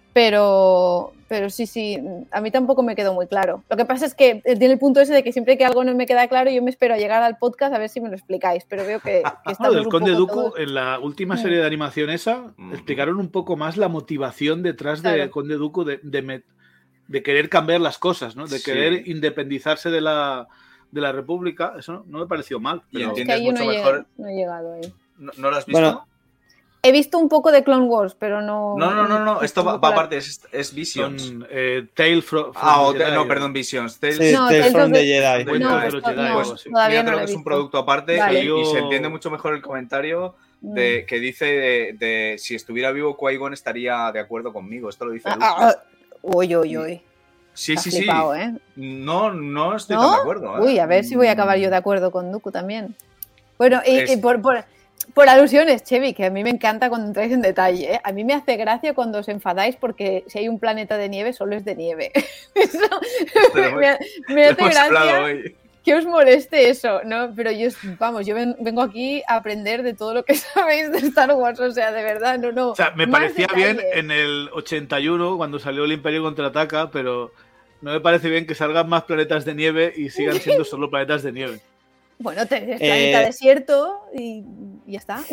pero, pero sí, sí, a mí tampoco me quedó muy claro. Lo que pasa es que tiene el punto ese de que siempre que algo no me queda claro, yo me espero a llegar al podcast a ver si me lo explicáis, pero veo que, que Bueno, estamos del un Conde poco Dooku, todos- en la última Mm. serie de animación esa, Mm. explicaron un poco más la motivación detrás de Claro. Conde Dooku de, de, me- de querer cambiar las cosas, ¿no? De Sí. querer independizarse de la, de la República. Eso no, no me pareció mal. Y pero- Es que entiendes ahí yo no mucho he, mejor- llegado, no he llegado ahí. ¿No, no lo has visto? Bueno, He visto un poco de Clone Wars, pero no... no, no, no, no. Esto va, va Claro. aparte, es, es Visions. Son eh, Tale from, from Ah, o the te- Jedi, no, perdón, Visions. Tales- Sí, No, Tales Tales from of the the- Jedi. Cuentos No, de los esto- Jedi, no, algo Pues así. todavía no míratelo, lo he que es un visto. producto aparte Vale. y, y se Yo- entiende mucho mejor el comentario Mm. de, que dice de, de si estuviera vivo Qui-Gon estaría de acuerdo conmigo. Esto lo dice Ah, Luke. ah, ah. Uy, uy, uy. Sí, Está sí, sí. flipado, ¿eh? No, no estoy ¿No? tan de acuerdo. ¿eh? Uy, a ver si voy a acabar yo de acuerdo con Dooku también. Bueno, y, Es- y por, por, por alusiones, Chevy, que a mí me encanta cuando entráis en detalle, ¿eh? A mí me hace gracia cuando os enfadáis porque si hay un planeta de nieve, solo es de nieve. Eso Te lo hemos- me, me Lo hace hemos hablado gracia hoy. que os moleste eso, ¿no? Pero yo, vamos, yo ven- vengo aquí a aprender de todo lo que sabéis de Star Wars, o sea, de verdad, no, no. O sea, me Más parecía detalle. bien en el ochenta y uno, cuando salió el Imperio Contraataca, pero no me parece bien que salgan más planetas de nieve y sigan siendo solo planetas de nieve. Bueno, tenés planeta Eh, desierto y, y ya está.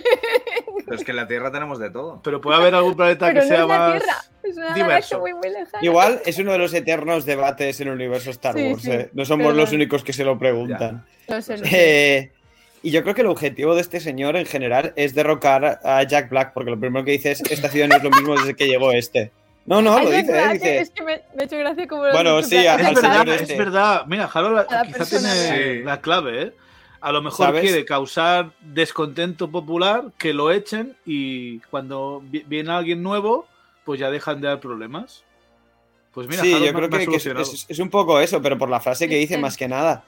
Pero es que en la Tierra tenemos de todo. Pero puede haber algún planeta Pero que no sea es la más Tierra, es una diverso. galaxia muy, muy lejana. Igual es uno de los eternos debates en el universo Star Sí, Wars. sí, ¿eh? No somos pero- los únicos que se lo preguntan. Lo sé, lo sé. Eh, y yo creo que el objetivo de este señor en general es derrocar a Jack Black, porque lo primero que dice es esta ciudad no es lo mismo desde que llegó este. No, no, Ay, lo es dice, verdad ¿eh? que- dice. Es que me, me ha hecho gracia como lo Bueno, has dicho, sí, en plan, al Es es verdad, señor es este. verdad. Mira, Harold Cada quizá persona tiene Sí. la clave, ¿eh? A lo mejor ¿Sabes? quiere causar descontento popular, que lo echen y cuando vi- viene alguien nuevo, pues ya dejan de dar problemas. Pues mira, Sí, Harold yo me- creo me ha que, que es, solucionado. es- es un poco eso, pero por la frase que Sí, dice sí. más que nada.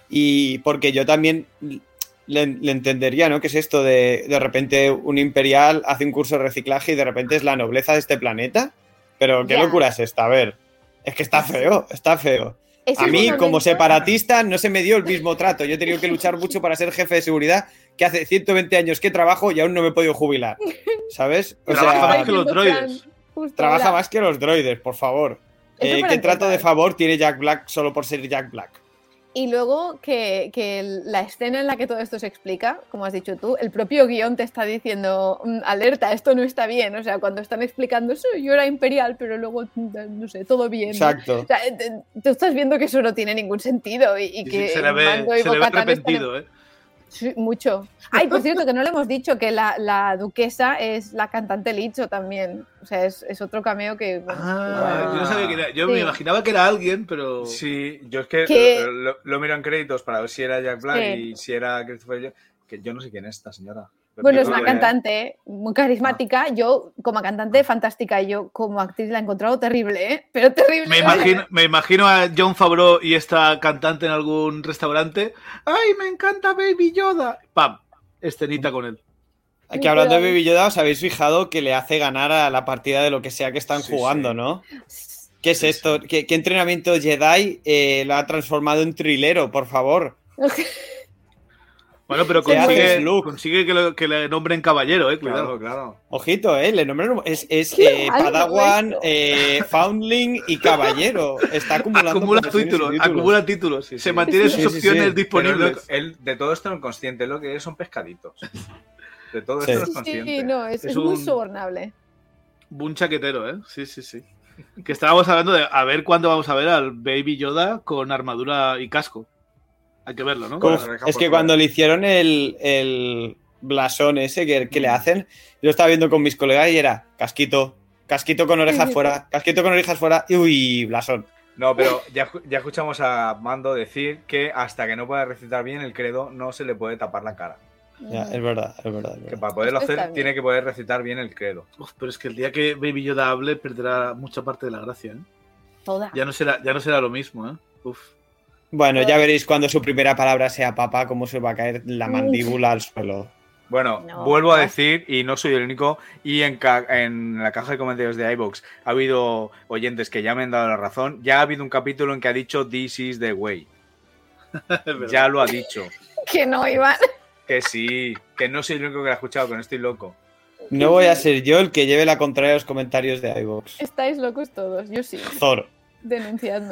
Y porque yo también le, le entendería, ¿no? Que es esto de de repente un imperial hace un curso de reciclaje y de repente es la nobleza de este planeta. Pero qué Ya. locura es esta, a ver. Es que está feo, está feo. Ese A es mí, un como momento- separatista, no se me dio el mismo trato. Yo he tenido que luchar mucho para ser jefe de seguridad, que hace ciento veinte años que trabajo y aún no me he podido jubilar. ¿Sabes? O Trabaja sea, más que los Haciendo droides. plan justo trabaja ahora. más que los droides, por favor. Eso Eh, para ¿Qué trato de empezar. favor tiene Jack Black solo por ser Jack Black? Y luego que, que el- la escena en la que todo esto se explica, como has dicho tú, el propio guión te está diciendo, "Mm, alerta, esto no está bien". O sea, cuando están explicando eso, yo era imperial, pero luego, mm, no sé, todo bien. ¿no? Exacto. O sea, te- tú estás viendo que eso no tiene ningún sentido y, y Sí, sí, que se le ve, Mando y se le ve Bo-Katan están en- arrepentido, ¿eh? Sí, mucho. Ay, por cierto, que no le hemos dicho que la, la duquesa es la cantante Licho también. O sea, es, es otro cameo que... bueno, Ah, yo no sabía que era. Yo Sí. me imaginaba que era alguien, pero. Sí, yo es que Que- lo, lo- lo miro en créditos para ver si era Jack Black Sí. y si era Christopher Lee, que yo no sé quién es esta señora. Bueno, Yo es una creo que- cantante muy carismática. Yo, como cantante, fantástica. Y yo, como actriz, la he encontrado terrible, ¿eh? Pero terrible. Me imagino, me imagino a Jon Favreau y esta cantante en algún restaurante. ¡Ay, me encanta Baby Yoda! ¡Pam! Escenita con él. Aquí hablando de Baby Yoda, os habéis fijado que le hace ganar a la partida de lo que sea que están Sí, jugando, sí. ¿no? ¿Qué es esto? ¿Qué, qué entrenamiento Jedi eh, lo ha transformado en trilero, por favor? Bueno, pero ¿Qué haces, consigue, Luke? consigue que, lo- que le nombren caballero, eh. Cuidado. Claro, claro. Ojito, ¿eh? Le nombran... Es, es Qué eh, mal Padawan, esto. eh, Foundling y Caballero. Está acumulando Acumula profesiones y títulos, acumula títulos. Sí, Se sí. mantienen Sí, sus sí, opciones sí. Pero disponibles. lo- él, de todo esto no es consciente, lo que es son pescaditos. De todo Sí. esto no es Sí, consciente. sí, no, es, Es es muy un- sobornable. Un chaquetero, ¿eh? Sí, sí, sí. Que estábamos hablando de a ver cuándo vamos a ver al Baby Yoda con armadura y casco. Hay que verlo, ¿no? Con Uf, las orejas es por que fuera. cuando le hicieron el, el blasón ese que, que le Mm. hacen, yo lo estaba viendo con mis colegas y era casquito, casquito con orejas fuera, casquito con orejas fuera y uy, blasón. No, pero ya, ya escuchamos a Mando decir que hasta que no pueda recitar bien el credo no se le puede tapar la cara. Ya, es verdad, es verdad. es Que verdad. para poderlo Esto está hacer bien. tiene que poder recitar bien el credo. Uf, pero es que el día que Baby Yoda hable perderá mucha parte de la gracia, ¿eh? Toda. Ya no será, ya no será lo mismo, ¿eh? Uf. Bueno, ya veréis cuando su primera palabra sea papá, cómo se va a caer la mandíbula al suelo. Bueno, No. vuelvo a decir, y no soy el único, y en, ca- en la caja de comentarios de iVoox ha habido oyentes que ya me han dado la razón. Ya ha habido un capítulo en que ha dicho This is the way. Es verdad. Ya lo ha dicho. Que no, Iván. Que sí, que no soy el único que lo ha escuchado, que no estoy loco. No voy a ser yo el que lleve la contraria a los comentarios de iVoox. Estáis locos todos. Yo sí. Zor. Denunciadme.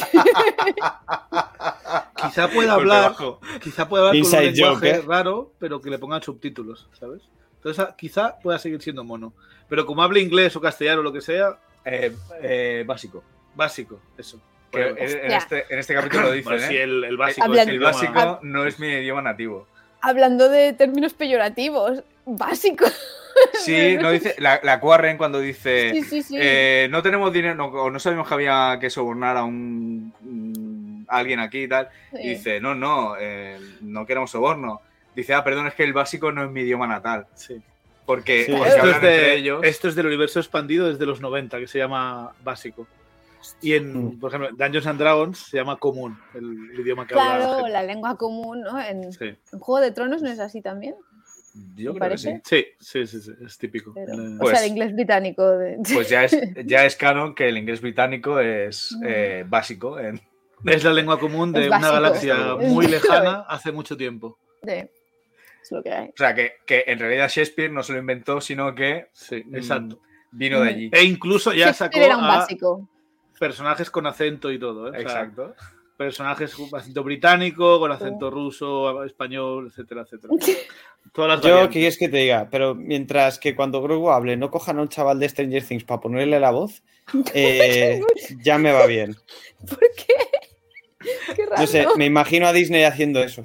Quizá pueda Golpe hablar, bajo. quizá pueda hablar Inside con un lenguaje joke, ¿eh? raro, pero que le pongan subtítulos, ¿sabes? Entonces ah, quizá pueda seguir siendo mono. Pero como hable inglés o castellano o lo que sea, Eh, eh, básico. básico, eso. Que Bueno, en, en Hostia. este, en este capítulo lo dicen, bueno, sí, ¿eh? el, el básico. Hablan- es El idioma- básico no es mi idioma nativo. Hablando de términos peyorativos, básicos. Sí, no dice, la, la Quarren cuando dice Sí, sí, sí. eh, no tenemos dinero no, o no sabemos que había que sobornar a un, un- a alguien aquí y tal. Sí. Y dice, no, no, eh, no queremos soborno. Dice, ah, perdón, es que el básico no es mi idioma natal. Sí. Porque, Sí. porque Esto, hablan es de- entre ellos. esto es del universo expandido desde los noventa, que se llama básico. Y en, Mm. por ejemplo, Dungeons and Dragons se llama común, el, el idioma que habla la Claro, gente. la lengua común, ¿no? En, Sí. en Juego de Tronos no es así también. Yo ¿Me creo que parece? sí. Sí, sí, sí, sí, es típico. Pero- Eh, o Pues- sea, el inglés británico. De... Pues ya es, ya es canon que el inglés británico es eh, básico. en- Es la lengua común de Es una básico. galaxia Es muy básico. lejana hace mucho tiempo. de- Es lo que hay. O sea, que, que en realidad Shakespeare no se lo inventó, sino que Sí, mm, exacto. vino de allí. E incluso ya sacó Shakespeare era un a básico. personajes con acento y todo. ¿eh? O sea, Exacto. personajes con acento británico, con acento ruso, español, etcétera, etcétera. Todas las Yo, ¿qué variantes. quieres que te diga? Pero mientras que cuando Grogu hable no cojan a un chaval de Stranger Things para ponerle la voz, eh, ya me va bien. ¿Por qué? Qué raro. No sé, me imagino a Disney haciendo eso.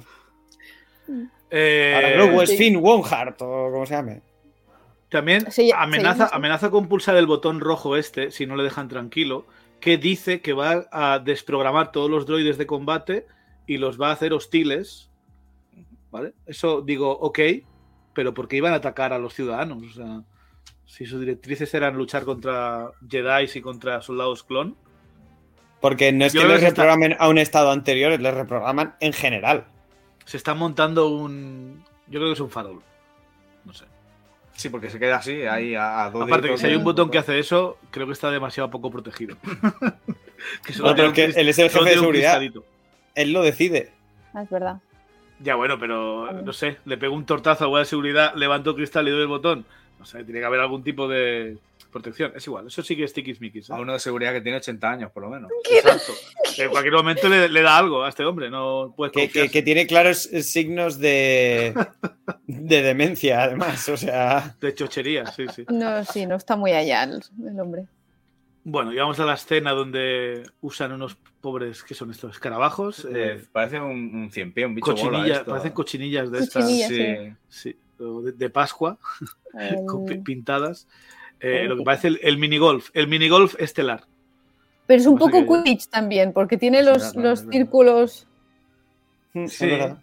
Eh, Ahora Grogu es sí. Finn Wolfhard o como se llame. También Sí, amenaza, sí. amenaza con pulsar el botón rojo este, si no le dejan tranquilo, que dice que va a desprogramar todos los droides de combate y los va a hacer hostiles. ¿Vale? Eso digo, ok, pero ¿por qué iban a atacar a los ciudadanos? O sea, si sus directrices eran luchar contra Jedi y contra soldados clon. Porque no es Yo que creo les que está- reprogramen a un estado anterior, les reprograman en general. Se está montando un... Yo creo que es un farol. No sé. Sí, porque se queda así, ahí a, a dos Aparte que deditos si hay de- un botón que hace eso, creo que está demasiado poco protegido. que solo No, pero tiene un que él es el solo jefe de tiene un seguridad. cristalito. Él lo decide. Ah, es verdad. Ya bueno, pero no sé, le pego un tortazo al guardia de seguridad, levanto el cristal y doy el botón. No sé, tiene que haber algún tipo de protección. Es igual, eso sí que es tiquismiquis. ¿eh? A uno de seguridad que tiene ochenta años, por lo menos. Exacto. En cualquier momento le, le da algo a este hombre, no puedes Que, que- confiarse. que tiene claros signos de, de demencia, además. O sea, De chochería, sí, sí. No, sí, no está muy allá el, el hombre. Bueno, y vamos a la escena donde usan unos pobres, ¿qué son estos? Escarabajos. Eh, Eh, parece un, un cien pies, un bicho bola. cochinillas, esto. parecen cochinillas de estas. Cochinillas. Sí. Sí, o de, de Pascua, El- con pi- pintadas. Eh, Oh. lo que parece el, el minigolf. El minigolf estelar. Pero es un No sé poco qué- Quidditch también, porque tiene Es los, verdad, los es verdad. círculos. es Sí. verdad.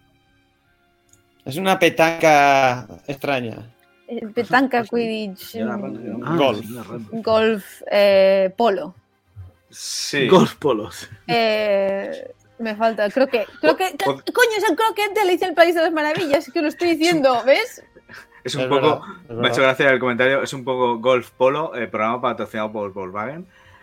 Es una petanca extraña. eh, Petanca, Pues, Quidditch, señora Rana, mm, Ah, Golf. señora Rana. golf, eh, polo. Sí. Golf polos. Eh, me falta, creo que. Creo que Po- po- coño, es el croquet de Alicia en el País de las Maravillas, que lo estoy diciendo, ¿ves? Es un Es poco. verdad, es Me ha verdad. hecho gracia el comentario. Es un poco Golf Polo, eh, programa patrocinado por Volkswagen.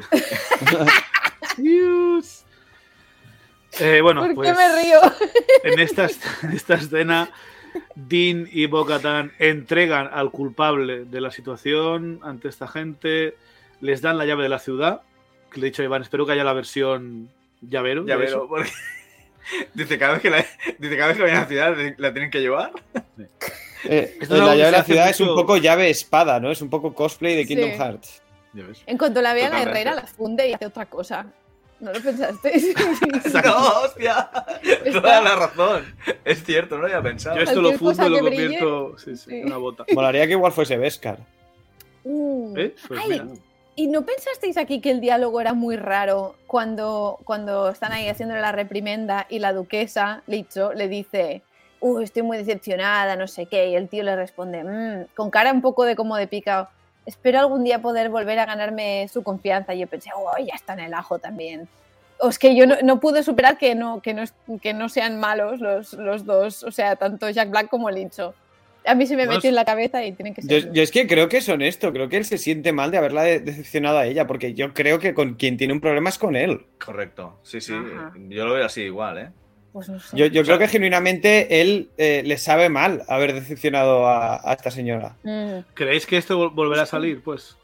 Dios. Eh, bueno, ¿Por pues qué me río? en esta, en esta escena, Dean y Bo-Katan entregan al culpable de la situación ante esta gente, les dan la llave de la ciudad, que le he dicho a Iván, espero que haya la versión llavero. de Ya eso. veo, porque. Dice, cada vez que la, dice, cada vez que vayan a la ciudad la tienen que llevar. Eh, Esto es la algo que llave de se la hace ciudad es un mucho- poco llave espada, ¿no? Es un poco cosplay de Sí. Kingdom Hearts. Ya ves. En cuanto la vea la Totalmente. herrera, la funde y hace otra cosa. ¿No lo pensaste? No, hostia. Está- Toda la razón. Es cierto, no lo había pensado. Yo esto lo Cualquier cosa fundo y lo que brille. convierto sí, sí, Sí. en una bota. Molaría que igual fuese Beskar. Uh. ¿Eh? Pues Ay, mira. ¿y no pensasteis aquí que el diálogo era muy raro cuando, cuando están ahí haciéndole la reprimenda y la duquesa, Licho, le dice, uh, estoy muy decepcionada, no sé qué, y el tío le responde, "Mm", con cara un poco de como de picado, espero algún día poder volver a ganarme su confianza. Y yo pensé, oh, ya está en el ajo también. O es que yo no, no pude superar que no, que no, que no sean malos los, los dos, o sea, tanto Jack Black como Licho. A mí se me No, metió es- en la cabeza y tienen que Yo, ser. yo es que creo que es honesto, creo que él se siente mal de haberla de- decepcionado a ella, porque yo creo que con quien tiene un problema es con él. Correcto. Sí, sí. Ajá. Yo lo veo así igual, ¿eh? Pues no sé. Yo, yo O sea- creo que genuinamente él eh, le sabe mal haber decepcionado a, a esta señora. Mm. ¿Creéis que esto vol- volverá a salir? Pues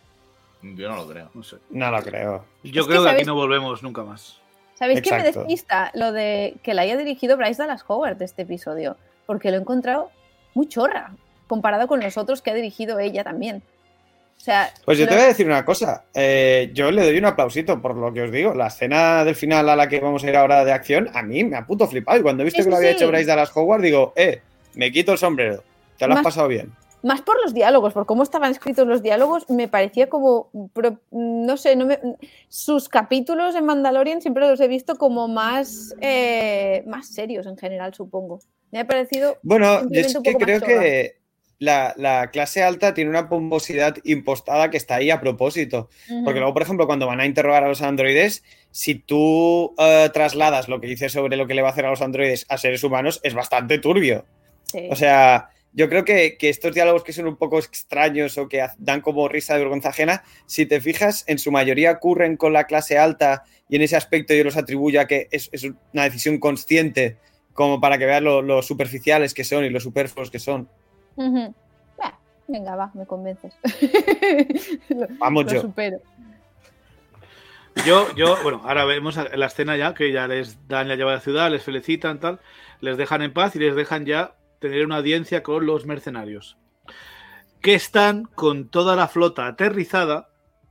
Yo no lo creo. no sé. No lo creo. Yo Es que, creo que, aquí ¿sabéis? no volvemos nunca más. ¿Sabéis qué me Exacto. despista? Lo de que la haya dirigido Bryce Dallas Howard de este episodio. Porque lo he encontrado muy chorra, comparado con los otros que ha dirigido ella también. O sea, Pues yo lo- te voy a decir una cosa. Eh, yo le doy un aplausito por lo que os digo. La escena del final a la que vamos a ir ahora de acción, a mí me ha puto flipado. Y cuando he visto Sí, que lo sí, había sí. hecho Bryce Dallas Howard, digo, eh, me quito el sombrero. Te lo has Más- pasado bien. Más por los diálogos, por cómo estaban escritos los diálogos, me parecía como, pro- no sé, no me- sus capítulos en Mandalorian siempre los he visto como más, eh, más serios en general, supongo. Me ha parecido Bueno, yo simplemente es un que poco más creo chorra. que la, la clase alta tiene una pomposidad impostada que está ahí a propósito. Ujú. Porque luego, por ejemplo, cuando van a interrogar a los androides, si tú eh, trasladas lo que dice sobre lo que le va a hacer a los androides a seres humanos, es bastante turbio. Sí. O sea, yo creo que, que estos diálogos que son un poco extraños o que haz- dan como risa de vergüenza ajena, si te fijas, en su mayoría ocurren con la clase alta y en ese aspecto yo los atribuyo a que es, es una decisión consciente, como para que veas lo, lo superficiales que son y lo superfluos que son. Ujú. Bah, venga, va, me convences. Lo- Vamos lo yo. supero. Yo, yo, bueno, ahora vemos la escena ya que ya les dan la llave a la ciudad, les felicitan, tal, les dejan en paz y les dejan ya tener una audiencia con los mercenarios. Que están con toda la flota aterrizada.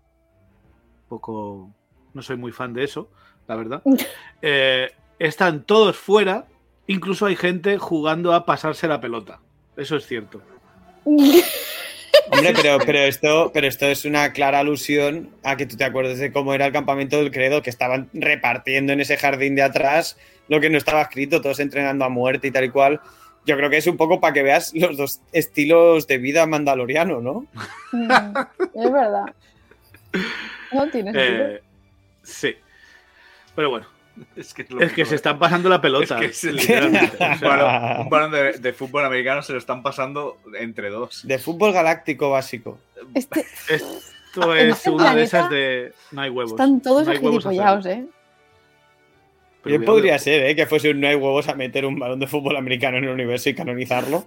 Un poco. No soy muy fan de eso, la verdad. Eh, están todos fuera. Incluso hay gente jugando a pasarse la pelota. Eso es cierto. Hombre, pero, pero, esto, pero esto es una clara alusión a que tú te acuerdes de cómo era el campamento del credo, que estaban repartiendo en ese jardín de atrás lo que no estaba escrito, todos entrenando a muerte y tal y cual. Yo creo que es un poco para que veas los dos estilos de vida mandaloriano, ¿no? Mm, es verdad. No tiene sentido. Eh, sí. Pero bueno, Es que, es lo es que mismo, se ¿eh? están pasando la pelota. Es que es el- literalmente. O Un sea, balón, un balón de, de fútbol americano se lo están pasando entre dos. De fútbol galáctico básico. Este, Esto En es este una de planeta esas de no hay huevos. están todos No hay huevos a agilipollados, hacerlo. ¿eh? Pero Bien cuidado, podría ser, ¿eh? Que fuese un no hay huevos a meter un balón de fútbol americano en el universo y canonizarlo.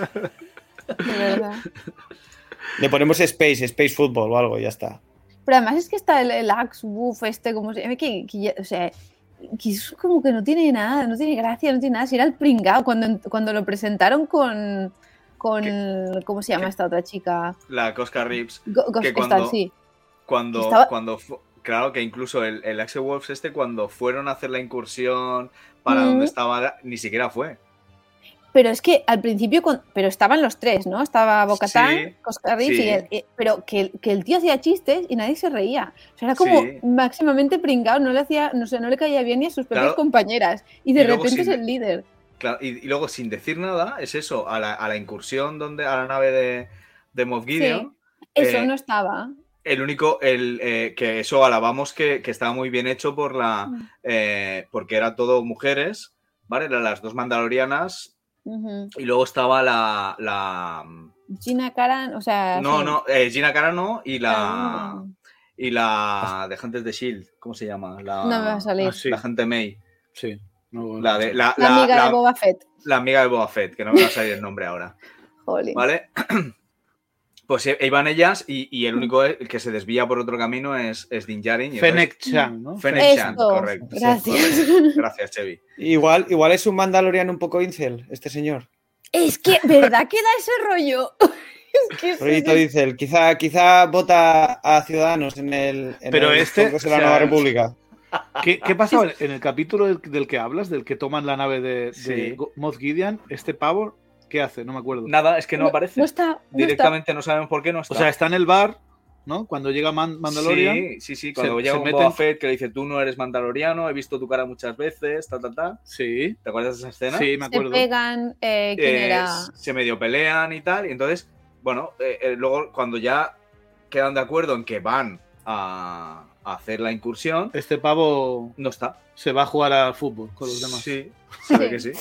De verdad. Le ponemos Space, Space Football o algo y ya está. Pero además es que está el, el Axe Buff este, como se llama, que, que ya- o sea, que es como que no tiene nada, no tiene gracia, no tiene nada. Si era el pringao, cuando, cuando lo presentaron con, con ¿cómo se llama ¿Qué? esta otra chica? La Cosca Reeves, Go- Ghost Que Star, cuando- sí. cuando, Estaba- cuando fu- claro que incluso el, el Axe Wolves este, cuando fueron a hacer la incursión para Mm. donde estaba, ni siquiera fue. Pero es que al principio, con- pero estaban los tres, ¿no? Estaba Bo-Katan, Sí, Cosca Reeves sí. y él. eh, Pero que, el- que el tío hacía chistes y nadie se reía. O sea, era como Sí. máximamente pringado, no le hacía, no sé, no le caía bien ni a sus propias Claro. compañeras. Y de Y luego repente sin- es el líder. Claro, y, y luego, sin decir nada, es eso, a la, a la incursión donde, a la nave de, de Moff Gideon. Eso eh, no estaba. El único, el, eh, que eso alabamos que, que estaba muy bien hecho por la, Mm. eh, porque era todo mujeres, ¿vale? Eran las dos mandalorianas Ujú. y luego estaba la... la Gina Carano, o sea. no, sí. no, eh, Gina Carano y la... Ah, Y la de Agentes de S H I E L D, ¿cómo se llama? La, No me va a salir. Ah, sí, la agente May. sí. No, La, de, la, La la- amiga la- de Boba Fett. la amiga de Boba Fett, que no me va a salir el nombre ahora. Jolín. ¿Vale? Pues eh, iban ellas y, y el único el que se desvía por otro camino es, es Din Djarin. y Fennec entonces- Chan, ¿no? Fennec Chan, Esto, correcto. sí, gracias. correcto. Gracias, Chevy. Igual, igual es un mandaloriano un poco incel, este señor. Es que, ¿verdad que da ese rollo? Es que Rollito dice, quizá, quizá vota a Ciudadanos en el, en Pero el este, Congreso de la o sea, Nueva República. ¿Qué, qué pasaba en el capítulo del, del que hablas, del que toman la nave de, de Sí. Moff Gideon? Este pavo, ¿qué hace? No me acuerdo. Nada, es que no, no, aparece. no está. No Directamente no sabemos por qué no está. O sea, está en el bar, ¿no? Cuando llega Man- Mandalorian. Sí, sí, sí. Cuando se- llega se un meten- Boba Fett que le dice, tú no eres mandaloriano, he visto tu cara muchas veces, ta, ta, ta. Sí, ¿Te acuerdas de esa escena? sí, me está. Se acuerdo. pegan. Eh, ¿Quién Eh, era? Se medio pelean y tal. Y entonces, bueno, eh, eh, luego cuando ya quedan de acuerdo en que van a, a hacer la incursión, Este pavo no está. se va a jugar al fútbol con los demás. Sí, se ve que sí.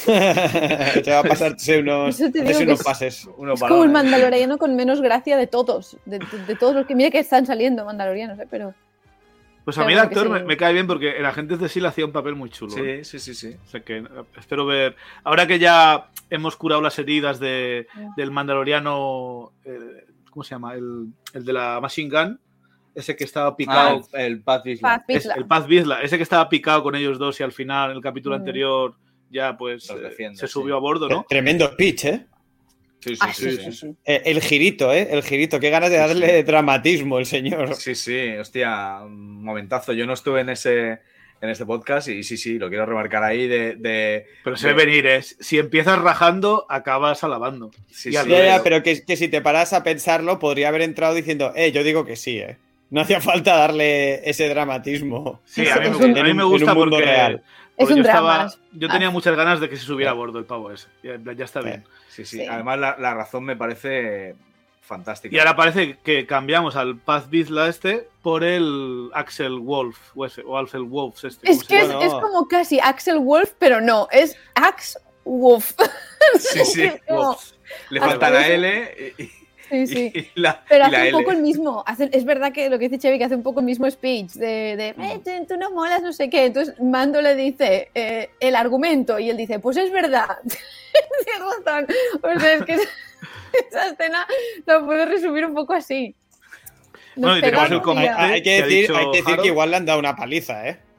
Te va a pasarse unos, Eso te digo hacerse que unos es- pases. Unos Es como el balones. mandaloriano con menos gracia de todos. De, de- de todos los que. Mira que están saliendo mandalorianos, ¿eh? Pero. Pues a mí Claro, el actor porque me, sí. me cae bien porque en Agentes de S H I E L D hacía un papel muy chulo. ¿eh? Sí, sí, sí, sí. O sea que eh, espero ver. Ahora que ya hemos curado las heridas de, del Mandaloriano. eh, ¿Cómo se llama? El, el de la Machine Gun. Ese que estaba Ah, picado. el, el Paz Vizsla. Paz Es Vizsla. el Paz Vizsla. Ese que estaba picado con ellos dos y al final, en el capítulo Mm. anterior, ya pues Los eh, defiende, se sí. subió a bordo, ¿no? Tremendo speech, ¿eh? Sí, sí, Ah, sí, sí, sí. sí, sí. Eh, El girito, ¿eh? El girito. Qué ganas de Sí, darle sí. dramatismo el señor. Sí, sí, hostia, un momentazo. Yo no estuve en ese en este podcast y sí, sí, lo quiero remarcar ahí de... de Pero se ve de- venir, ¿eh? Si empiezas rajando, acabas alabando. Sí, Y sí, al Ya, revés. ya, pero que, que si te paras a pensarlo, podría haber entrado diciendo, eh, yo digo que sí, ¿eh? No hacía falta darle ese dramatismo. Sí, Es- a mí, es me, un- a mí me en un- gusta en un mundo porque, real. porque Es un yo, drama. estaba, yo tenía Ah. muchas ganas de que se subiera a Sí. bordo el pavo ese. Ya, en plan, ya está Sí. bien. Sí, sí. Sí. Además, la, la razón me parece fantástica. Y ahora parece que cambiamos al Paz Vizsla este por el Axel Wolf o, ese, o Alfred Wolf este. Es ¿cómo se que es, llama? Bueno. es como casi Axel Wolf, pero no, es Axe Wolf. Sí, sí. Es como- Wolf. Le Ah, falta la parece- L y, sí, sí. y la, Pero y la hace un L. poco el mismo. Hace- es verdad que lo que dice Chevy, que hace un poco el mismo speech de, de Mm. "Eh, tú, tú no molas, no sé qué". Entonces Mando le dice eh, el argumento y él dice, pues es verdad. Tienes razón. O sea, es que esa escena la puedo resumir un poco así. Nos Bueno, y tenemos pegamos el y com- ya. de- Hay, hay que que ha decir, dicho hay que, decir Harold. que igual le han dado una paliza, ¿eh?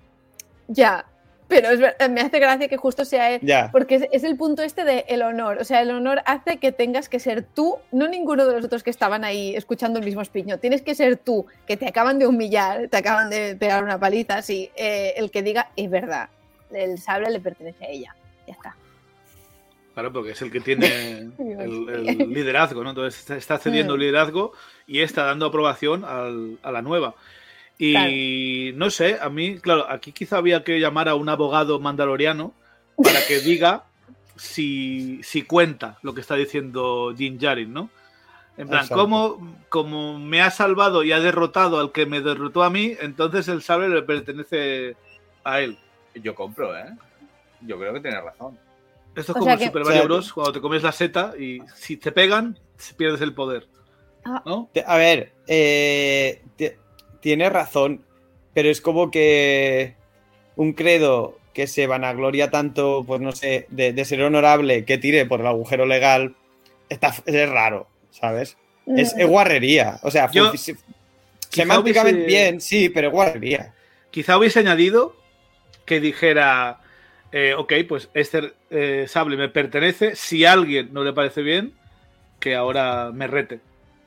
Ya, pero es ver- me hace gracia que justo sea él, Ya. porque es, es el punto este de el honor. O sea, el honor hace que tengas que ser tú, no ninguno de los otros que estaban ahí escuchando el mismo speech. No, tienes que ser tú, que te acaban de humillar, te acaban de pegar una paliza, así, eh, el que diga es verdad. El sable le pertenece a ella. Ya está. Claro, porque es el que tiene el, el liderazgo, ¿no? Entonces está- está cediendo el Mm. liderazgo y está dando aprobación al- a la nueva. Y no sé, a mí, claro, aquí quizá había que llamar a un abogado mandaloriano para que diga si, si cuenta lo que está diciendo Din Djarin, ¿no? En plan, Exacto. como, como me ha salvado y ha derrotado al que me derrotó a mí, entonces el sable le pertenece a él. Yo compro, ¿eh? Yo creo que tienes razón. Esto es O como sea en que- Super o sea, Mario Bros. Cuando te comes la seta y si te pegan, pierdes el poder. Ah. ¿No? Te- A ver, eh, te- tiene razón, pero es como que un credo que se vanagloria tanto, pues no sé, de, de ser honorable, que tire por el agujero legal, está, es raro, ¿sabes? Es, es guarrería. O sea, Yo- fu- se- quizá semánticamente hubiese- bien, sí, pero es guarrería. Quizá hubiese añadido que dijera, eh, ok, pues este eh, sable me pertenece, si a alguien no le parece bien, que ahora me rete.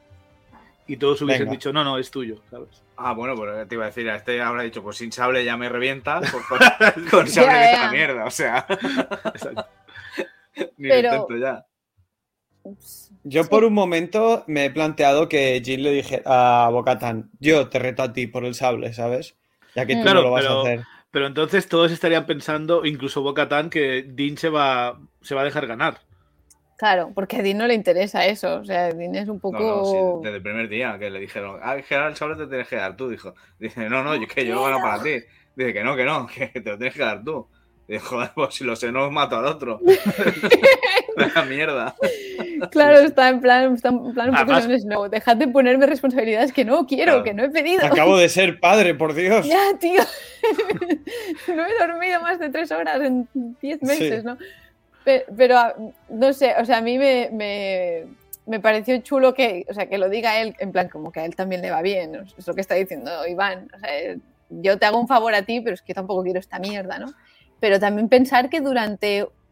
Y todos hubiesen Venga. dicho, no, no, es tuyo, ¿sabes? Ah, bueno, pero te iba a decir, a este habrá dicho, pues sin sable ya me revientas, pues con, con sable Ya, de ya. esta mierda, o sea, Exacto. ni Pero- lo intento ya. Yo Sí. por un momento me he planteado que Jin le dije a Bo-Katan, yo te reto a ti por el sable, ¿sabes? Ya que tú Claro, no lo vas pero- a hacer. Pero entonces todos estarían pensando, incluso Bo-Katan, que Din se va, se va a dejar ganar. Claro, porque a Dean no le interesa eso. O sea, Dean es un poco. No, no, sí, desde el primer día que le dijeron, ah, Gerard, el sable te tienes que dar tú, dijo. Dice, no, no, yo, que yo lo gano para ti. Dice que no, que no, que te lo tienes que dar tú. Dice, joder, pues si lo sé, no mato al otro. La mierda. Claro, está en plan, está en plan un poco Además- Jon Snow. Dejad de ponerme responsabilidades que no quiero, Claro. que no he pedido. Acabo de ser padre, por Dios. Ya, tío. No he dormido más de tres horas en diez meses, Sí. ¿no? Pe- Pero, ah, no sé, o sea, a mí me, me, me pareció chulo que, o sea, que lo diga él, en plan, como que a él también le va bien. ¿No? Es lo que está diciendo Iván. O sea, yo te hago un favor a ti, pero es que yo tampoco quiero esta mierda, ¿no? Pero también pensar que durante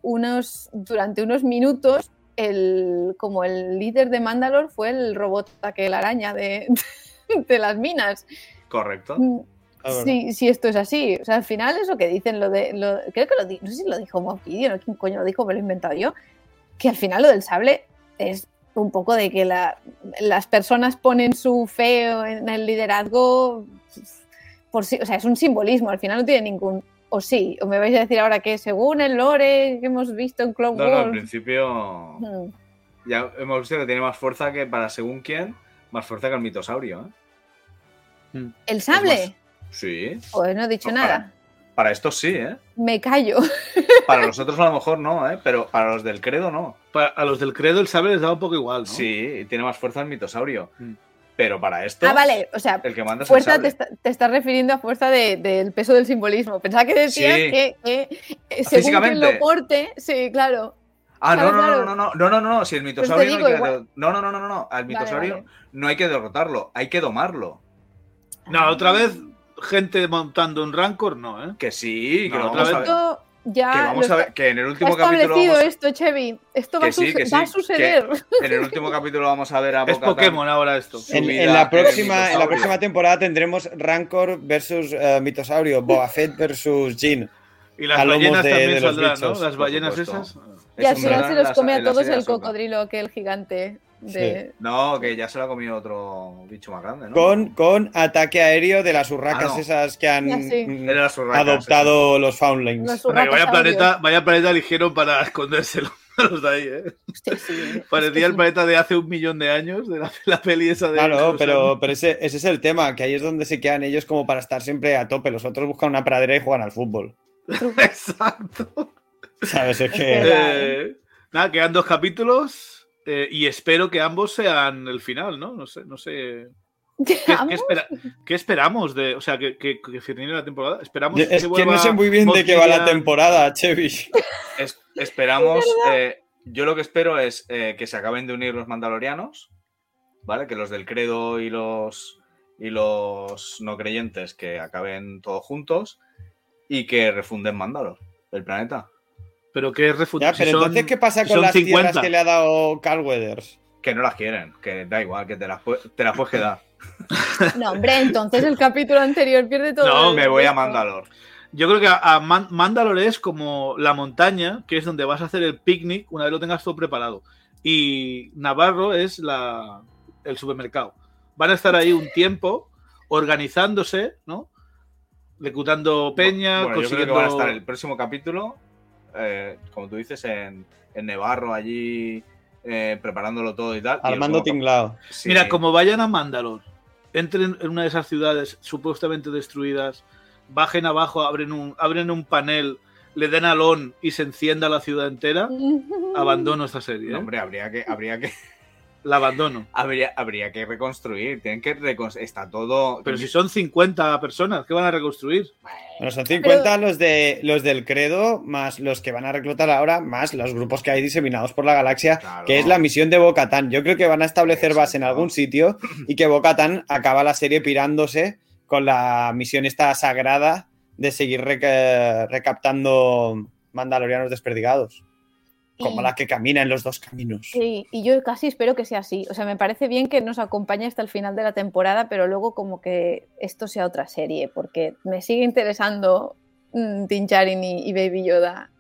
unos, durante unos minutos, el, como el líder de Mandalore fue el robot aquel araña de, de las minas. Correcto. Sí, sí, esto es así. O sea, al final es lo que dicen, lo de, lo, creo que lo di, no sé si lo dijo Moff Gideon, no quién coño lo dijo, me lo he inventado yo, que al final lo del sable es un poco de que la, las personas ponen su fe en el liderazgo por sí, o sea, es un simbolismo, al final no tiene ningún, o sí, o me vais a decir ahora que según el lore que hemos visto en Clone No, Wars. no, en principio Hmm. ya hemos visto que tiene más fuerza que para según quién, más fuerza que el mitosaurio, ¿eh? ¿El sable? Es más- Sí. Pues no he dicho No, nada. Para, para estos sí, ¿eh? Me callo. Para los otros a lo mejor no, ¿eh? Pero para los del credo no. Para- a los del credo el sable les da un poco igual, ¿no? Sí, tiene más fuerza el mitosaurio. Mm. Pero para esto, Ah, vale, o sea, el que manda es el fuerza sable. te, está- te estás refiriendo a fuerza de- del peso del simbolismo. Pensaba que decías Sí. que, que eh, según Físicamente. quien lo porte, sí, claro. Ah, no, Claro, no, no, claro. no, no, no, no, no, no, si el mitosaurio digo, no hay que igual- de- no, no, no, no, no, no, al Vale, mitosaurio vale. no hay que derrotarlo, hay que domarlo. No, otra vez gente montando un Rancor, no, ¿eh? Que sí, que No, lo otra vamos a vez- ver. Esto ya Que vamos lo a ver, está- que en el está último capítulo establecido vamos, esto, Chevy. Esto va, Que a, sí, suce- que sí, va a suceder. en el último capítulo vamos a ver a Es Bo-Katan. Pokémon ahora esto. Su En, vida en la en próxima, el en la mitosaurio. próxima temporada tendremos Rancor versus eh, Mitosaurio, Boba Fett versus Jin. Y las a lomos ballenas de- también de los saldrán, bichos, ¿no? Las por ballenas supuesto. esas. Y al Eso final será se en los la- come en a la todos serie de el Ahsoka. cocodrilo, que el gigante. De... No, que ya se lo ha comido otro bicho más grande, ¿no? Con, con ataque aéreo de las urracas Ah, no. esas que han Ya, sí. mm, Era las urracas, adoptado los Foundlings. Los O sea, que vaya urracasaurios. planeta, vaya planeta eligieron para escondérselo a los de ahí, ¿eh? Hostia, sí, es Parecía que el sí. planeta de hace un millón de años, de la, la peli esa de. Claro, de los pero, años. pero ese, ese es el tema, que ahí es donde se quedan ellos como para estar siempre a tope. Los otros buscan una pradera y juegan al fútbol. Exacto. ¿Sabes? Es Es que... verdad. Eh, nada, quedan dos capítulos eh, y espero que ambos sean el final, ¿no? No sé, no sé. ¿Qué, qué ¿Ambos? espera- qué esperamos de. O sea, que, que, que termine la temporada? Esperamos Es que vuelva no sé muy bien de qué va la Moff temporada, Chevy. Es- esperamos, eh, yo lo que espero es eh, que se acaben de unir los mandalorianos, ¿vale? Que los del credo y los, y los no creyentes que acaben todos juntos y que refunden Mandalor, el planeta. Pero que es Ya, refutar. pero entonces, ¿qué pasa con son las cincuenta. tierras que le ha dado Carl Weathers? Que no las quieren, que da igual, que te las, pu- te las puedes quedar. No, hombre, entonces el capítulo anterior pierde todo. No, el Me voy a resto. Mandalor. Yo creo que a, a Man- Mandalore es como la montaña, que es donde vas a hacer el picnic una vez lo tengas todo preparado. Y Navarro es la, el supermercado. Van a estar ahí un tiempo organizándose, ¿no? Reclutando peña, Bueno, yo creo consiguiendo. que van a estar el próximo capítulo, eh, como tú dices, en, en Nevarro, allí eh, preparándolo todo y tal. y el Armando último cap- Tinglao. Sí. Mira, como vayan a Mandalore, entren en una de esas ciudades supuestamente destruidas, bajen abajo, abren un, abren un panel, le den al on y se encienda la ciudad entera, abandono esta serie. ¿eh? No, hombre, habría que, habría que, La abandono. habría, habría que reconstruir. Tienen que reconstruir. Está todo. Pero si son cincuenta personas, ¿qué van a reconstruir? Bueno, son cincuenta los de los del credo, más los que van a reclutar ahora, más los grupos que hay diseminados por la galaxia, Claro. que es la misión de Bo-Katan. Yo creo que van a establecer Exacto. base en algún sitio y que Bo-Katan acaba la serie pirándose con la misión esta sagrada de seguir reca- recaptando mandalorianos desperdigados. Como Y- la que camina en los dos caminos. Sí, y yo casi espero que sea así. O sea, me parece bien que nos acompañe hasta el final de la temporada, pero luego como que esto sea otra serie, porque me sigue interesando mm, Din Djarin y, y Baby Yoda.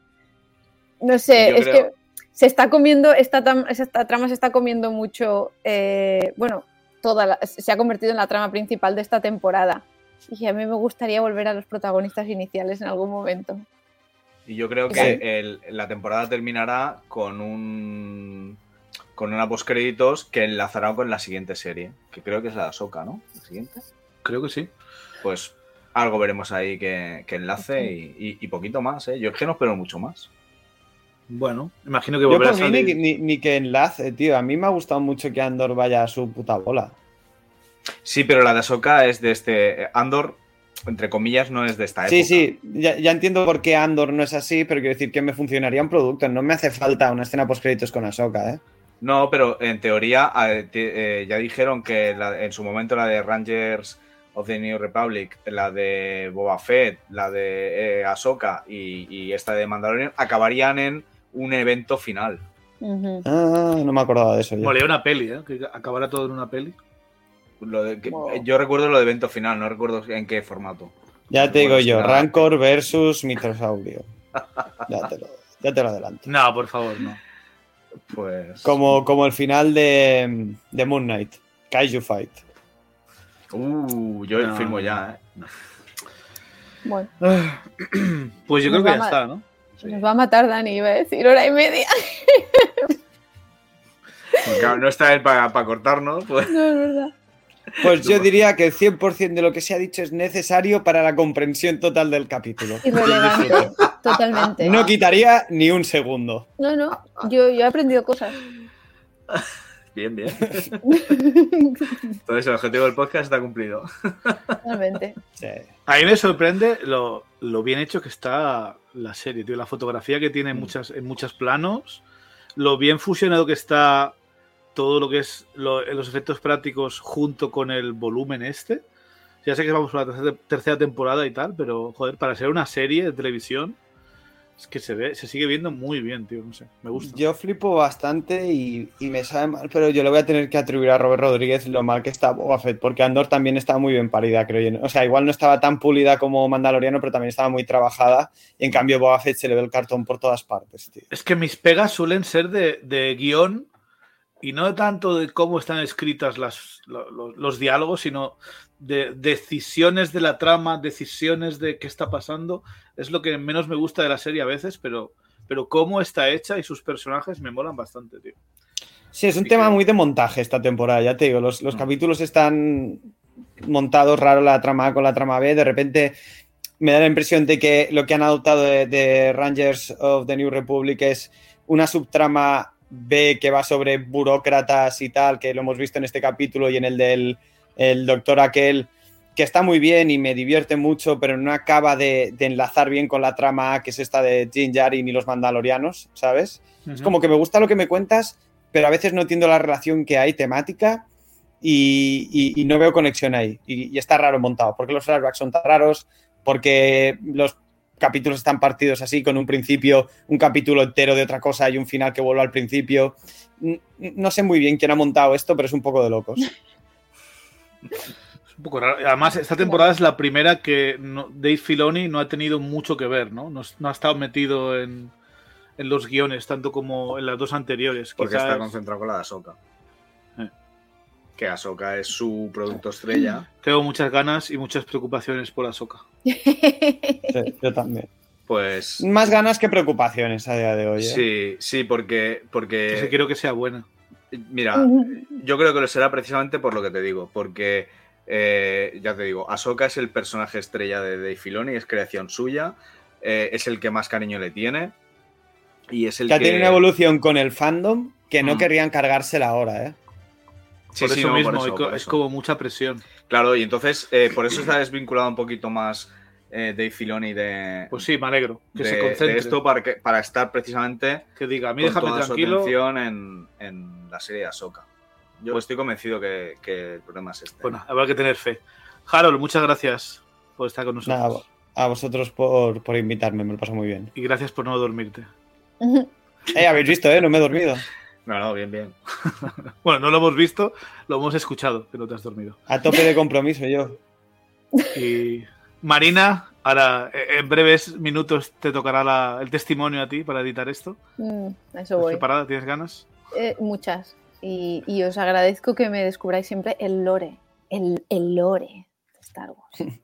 No sé, Yo es creo- que se está comiendo, esta, tam- esta trama se está comiendo mucho, eh, bueno, toda la- se ha convertido en la trama principal de esta temporada. Y a mí me gustaría volver a los protagonistas iniciales en algún momento. Y yo creo que Sí. el- la temporada terminará con un con una postcréditos que enlazará con la siguiente serie, que creo que es la de Ahsoka, ¿no? ¿La siguiente? Creo que sí. Pues algo veremos ahí que, que enlace y, y- y poquito más, ¿eh? Yo es que no espero mucho más. Bueno, imagino que Yo volverá a por mí salir. ni, ni- ni que enlace, tío. A mí me ha gustado mucho que Andor vaya a su puta bola. Sí, pero la de Ahsoka es de este... Andor, entre comillas, no es de esta época. Sí, sí, ya, ya entiendo por qué Andor no es así, pero quiero decir que me funcionaría un producto. No me hace falta una escena post-créditos con Ahsoka, ¿eh? No, pero en teoría eh, te- eh, ya dijeron que la- en su momento la de Rangers of the New Republic, la de Boba Fett, la de eh, Ahsoka y, y esta de Mandalorian acabarían en un evento final. Ujú. Ah, no me acordaba de eso ya. Molía una peli, ¿eh? Que acabara todo en una peli. Lo de que- Wow. Yo recuerdo lo de evento final, no recuerdo en qué formato. Ya te digo Bueno, yo, sí, nada. Rancor versus Mitrosaurio. Ya te lo, ya te lo adelanto. No, por favor, no. Pues. Como, como el final de, de Moon Knight, Kaiju Fight. Uh, yo el No, firmo no, ya, ¿eh? Bueno, Pues yo Nos creo que va ya mal. está, ¿no? nos va a matar Dani, iba a decir hora y media. Claro, no está él para cortarnos. Pues. No, es verdad. Pues yo diría que el cien por ciento de lo que se ha dicho es necesario para la comprensión total del capítulo. Irrelevante, totalmente. No quitaría ni un segundo. No, no, yo, yo he aprendido cosas. Bien, bien. Entonces el objetivo del podcast está cumplido. Totalmente. Sí. A mí me sorprende lo, lo bien hecho que está la serie, tío. La fotografía que tiene en, muchas, en muchos planos, lo bien fusionado que está todo lo que es lo- los efectos prácticos junto con el volumen este. Ya sé que vamos por la tercera, tercera temporada y tal, pero joder, para ser una serie de televisión, es que se ve, se sigue viendo muy bien, tío. No sé, me gusta. Yo flipo bastante y, y me sabe mal, pero yo le voy a tener que atribuir a Robert Rodríguez lo mal que está Boba Fett, porque Andor también estaba muy bien parida, creo yo. O sea, igual no estaba tan pulida como Mandaloriano, pero también estaba muy trabajada. Y en cambio, Boba Fett se le ve el cartón por todas partes, tío. Es que mis pegas suelen ser de, de guión y no tanto de cómo están escritas las, lo- lo- los diálogos, sino de decisiones de la trama, decisiones de qué está pasando. Es lo que menos me gusta de la serie a veces, pero, pero cómo está hecha y sus personajes me molan bastante, tío. Sí, es un Así tema que- muy de montaje esta temporada, ya te digo. Los, los Mm. capítulos están montados raro la trama A con la trama B. De repente me da la impresión de que lo que han adoptado de, de Rangers of the New Republic es una subtrama B que va sobre burócratas y tal, que lo hemos visto en este capítulo y en el del el doctor aquel, que está muy bien y me divierte mucho, pero no acaba de, de enlazar bien con la trama A, que es esta de Din Djarin y los mandalorianos, ¿sabes? Es como que me gusta lo que me cuentas, pero a veces no entiendo la relación que hay temática y, y- y no veo conexión ahí. Y, y está raro montado. ¿Por qué los flashbacks son tan raros? Porque los capítulos están partidos así, con un principio, un capítulo entero de otra cosa y un final que vuelve al principio. N- No sé muy bien quién ha montado esto, pero es un poco de locos. Es un poco raro. Además, esta temporada es la primera que no- Dave Filoni no ha tenido mucho que ver, ¿no? No, no ha estado metido en, en los guiones, tanto como en las dos anteriores. Porque Quizás- está concentrado con la de Ahsoka. Eh. Que Ahsoka es su producto estrella. Tengo muchas ganas y muchas preocupaciones por Ahsoka. Sí, yo también. Pues. Más ganas que preocupaciones a día de hoy. ¿eh? Sí, sí, porque. Que porque sí quiero que sea buena. Mira, yo creo que lo será precisamente por lo que te digo. Porque, eh, ya te digo, Ahsoka es el personaje estrella de Dave Filoni, es creación suya. eh, es el que más cariño le tiene. Y es el Que ha que. tenido una evolución con el fandom que no Mm. querrían cargársela ahora, ¿eh? Sí, por sí, eso no, mismo, por eso, y co- por es eso. como mucha presión. Claro, y entonces eh, por eso está desvinculado un poquito más eh, Dave Filoni de, Pues sí, me alegro. Que de, se de concentre. esto para, que, para estar precisamente Que diga, a mí con déjame toda tranquilo. su atención en, en la serie de Ahsoka. Yo estoy convencido que, que el problema es este. Bueno, habrá que tener fe. Harold, muchas gracias por estar con nosotros. Nada, a vosotros por, por invitarme, me lo paso muy bien. Y gracias por no dormirte. Eh, habéis visto, ¿eh? No me he dormido. No, no, bien, bien. Bueno, no lo hemos visto, lo hemos escuchado, que no te has dormido. A tope de compromiso yo. Y Marina, ahora eh, en breves minutos te tocará la- el testimonio a ti para editar esto. Mm, a eso ¿Estás voy. preparada? ¿Tienes ganas? Eh, muchas. Y, y os agradezco que me descubráis siempre el lore. El, el lore de Star Wars.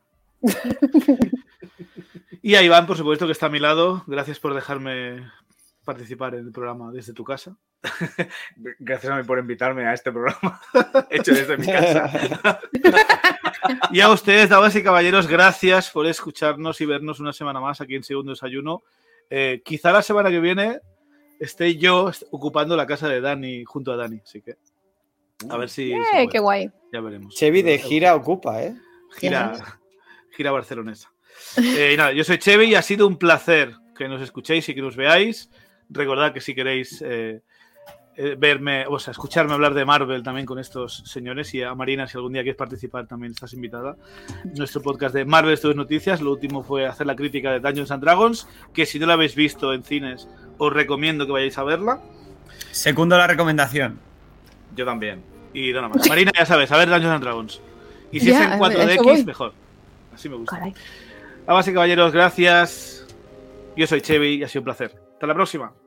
Y a Iván, por supuesto, que está a mi lado. Gracias por dejarme participar en el programa desde tu casa. Gracias a mí por invitarme a este programa hecho desde mi casa. Y a ustedes, damas y caballeros, gracias por escucharnos y vernos una semana más aquí en Segundo Desayuno. Eh, quizá la semana que viene esté yo ocupando la casa de Dani, junto a Dani, así que a ver si, si Eh, puede. qué guay. Ya veremos. Chevy de gira ocupa, ¿eh? Gira, gira barcelonesa. Eh, y nada, yo soy Chevy y ha sido un placer que nos escuchéis y que nos veáis. Recordad que si queréis eh, eh, verme, o sea, escucharme hablar de Marvel también con estos señores, y a Marina, si algún día quieres participar, también estás invitada. Nuestro podcast de Marvel, Estudios Noticias. Lo último fue hacer la crítica de Dungeons and Dragons, que si no la habéis visto en cines, os recomiendo que vayáis a verla. Segundo la recomendación. Yo también. Y nada más. Marina, ya sabes, a ver Dungeons and Dragons. Y si Ya, es en cuatro D X, mejor. Así me gusta. Caray. Damas y caballeros, gracias. Yo soy Chevy y ha sido un placer. Hasta la próxima.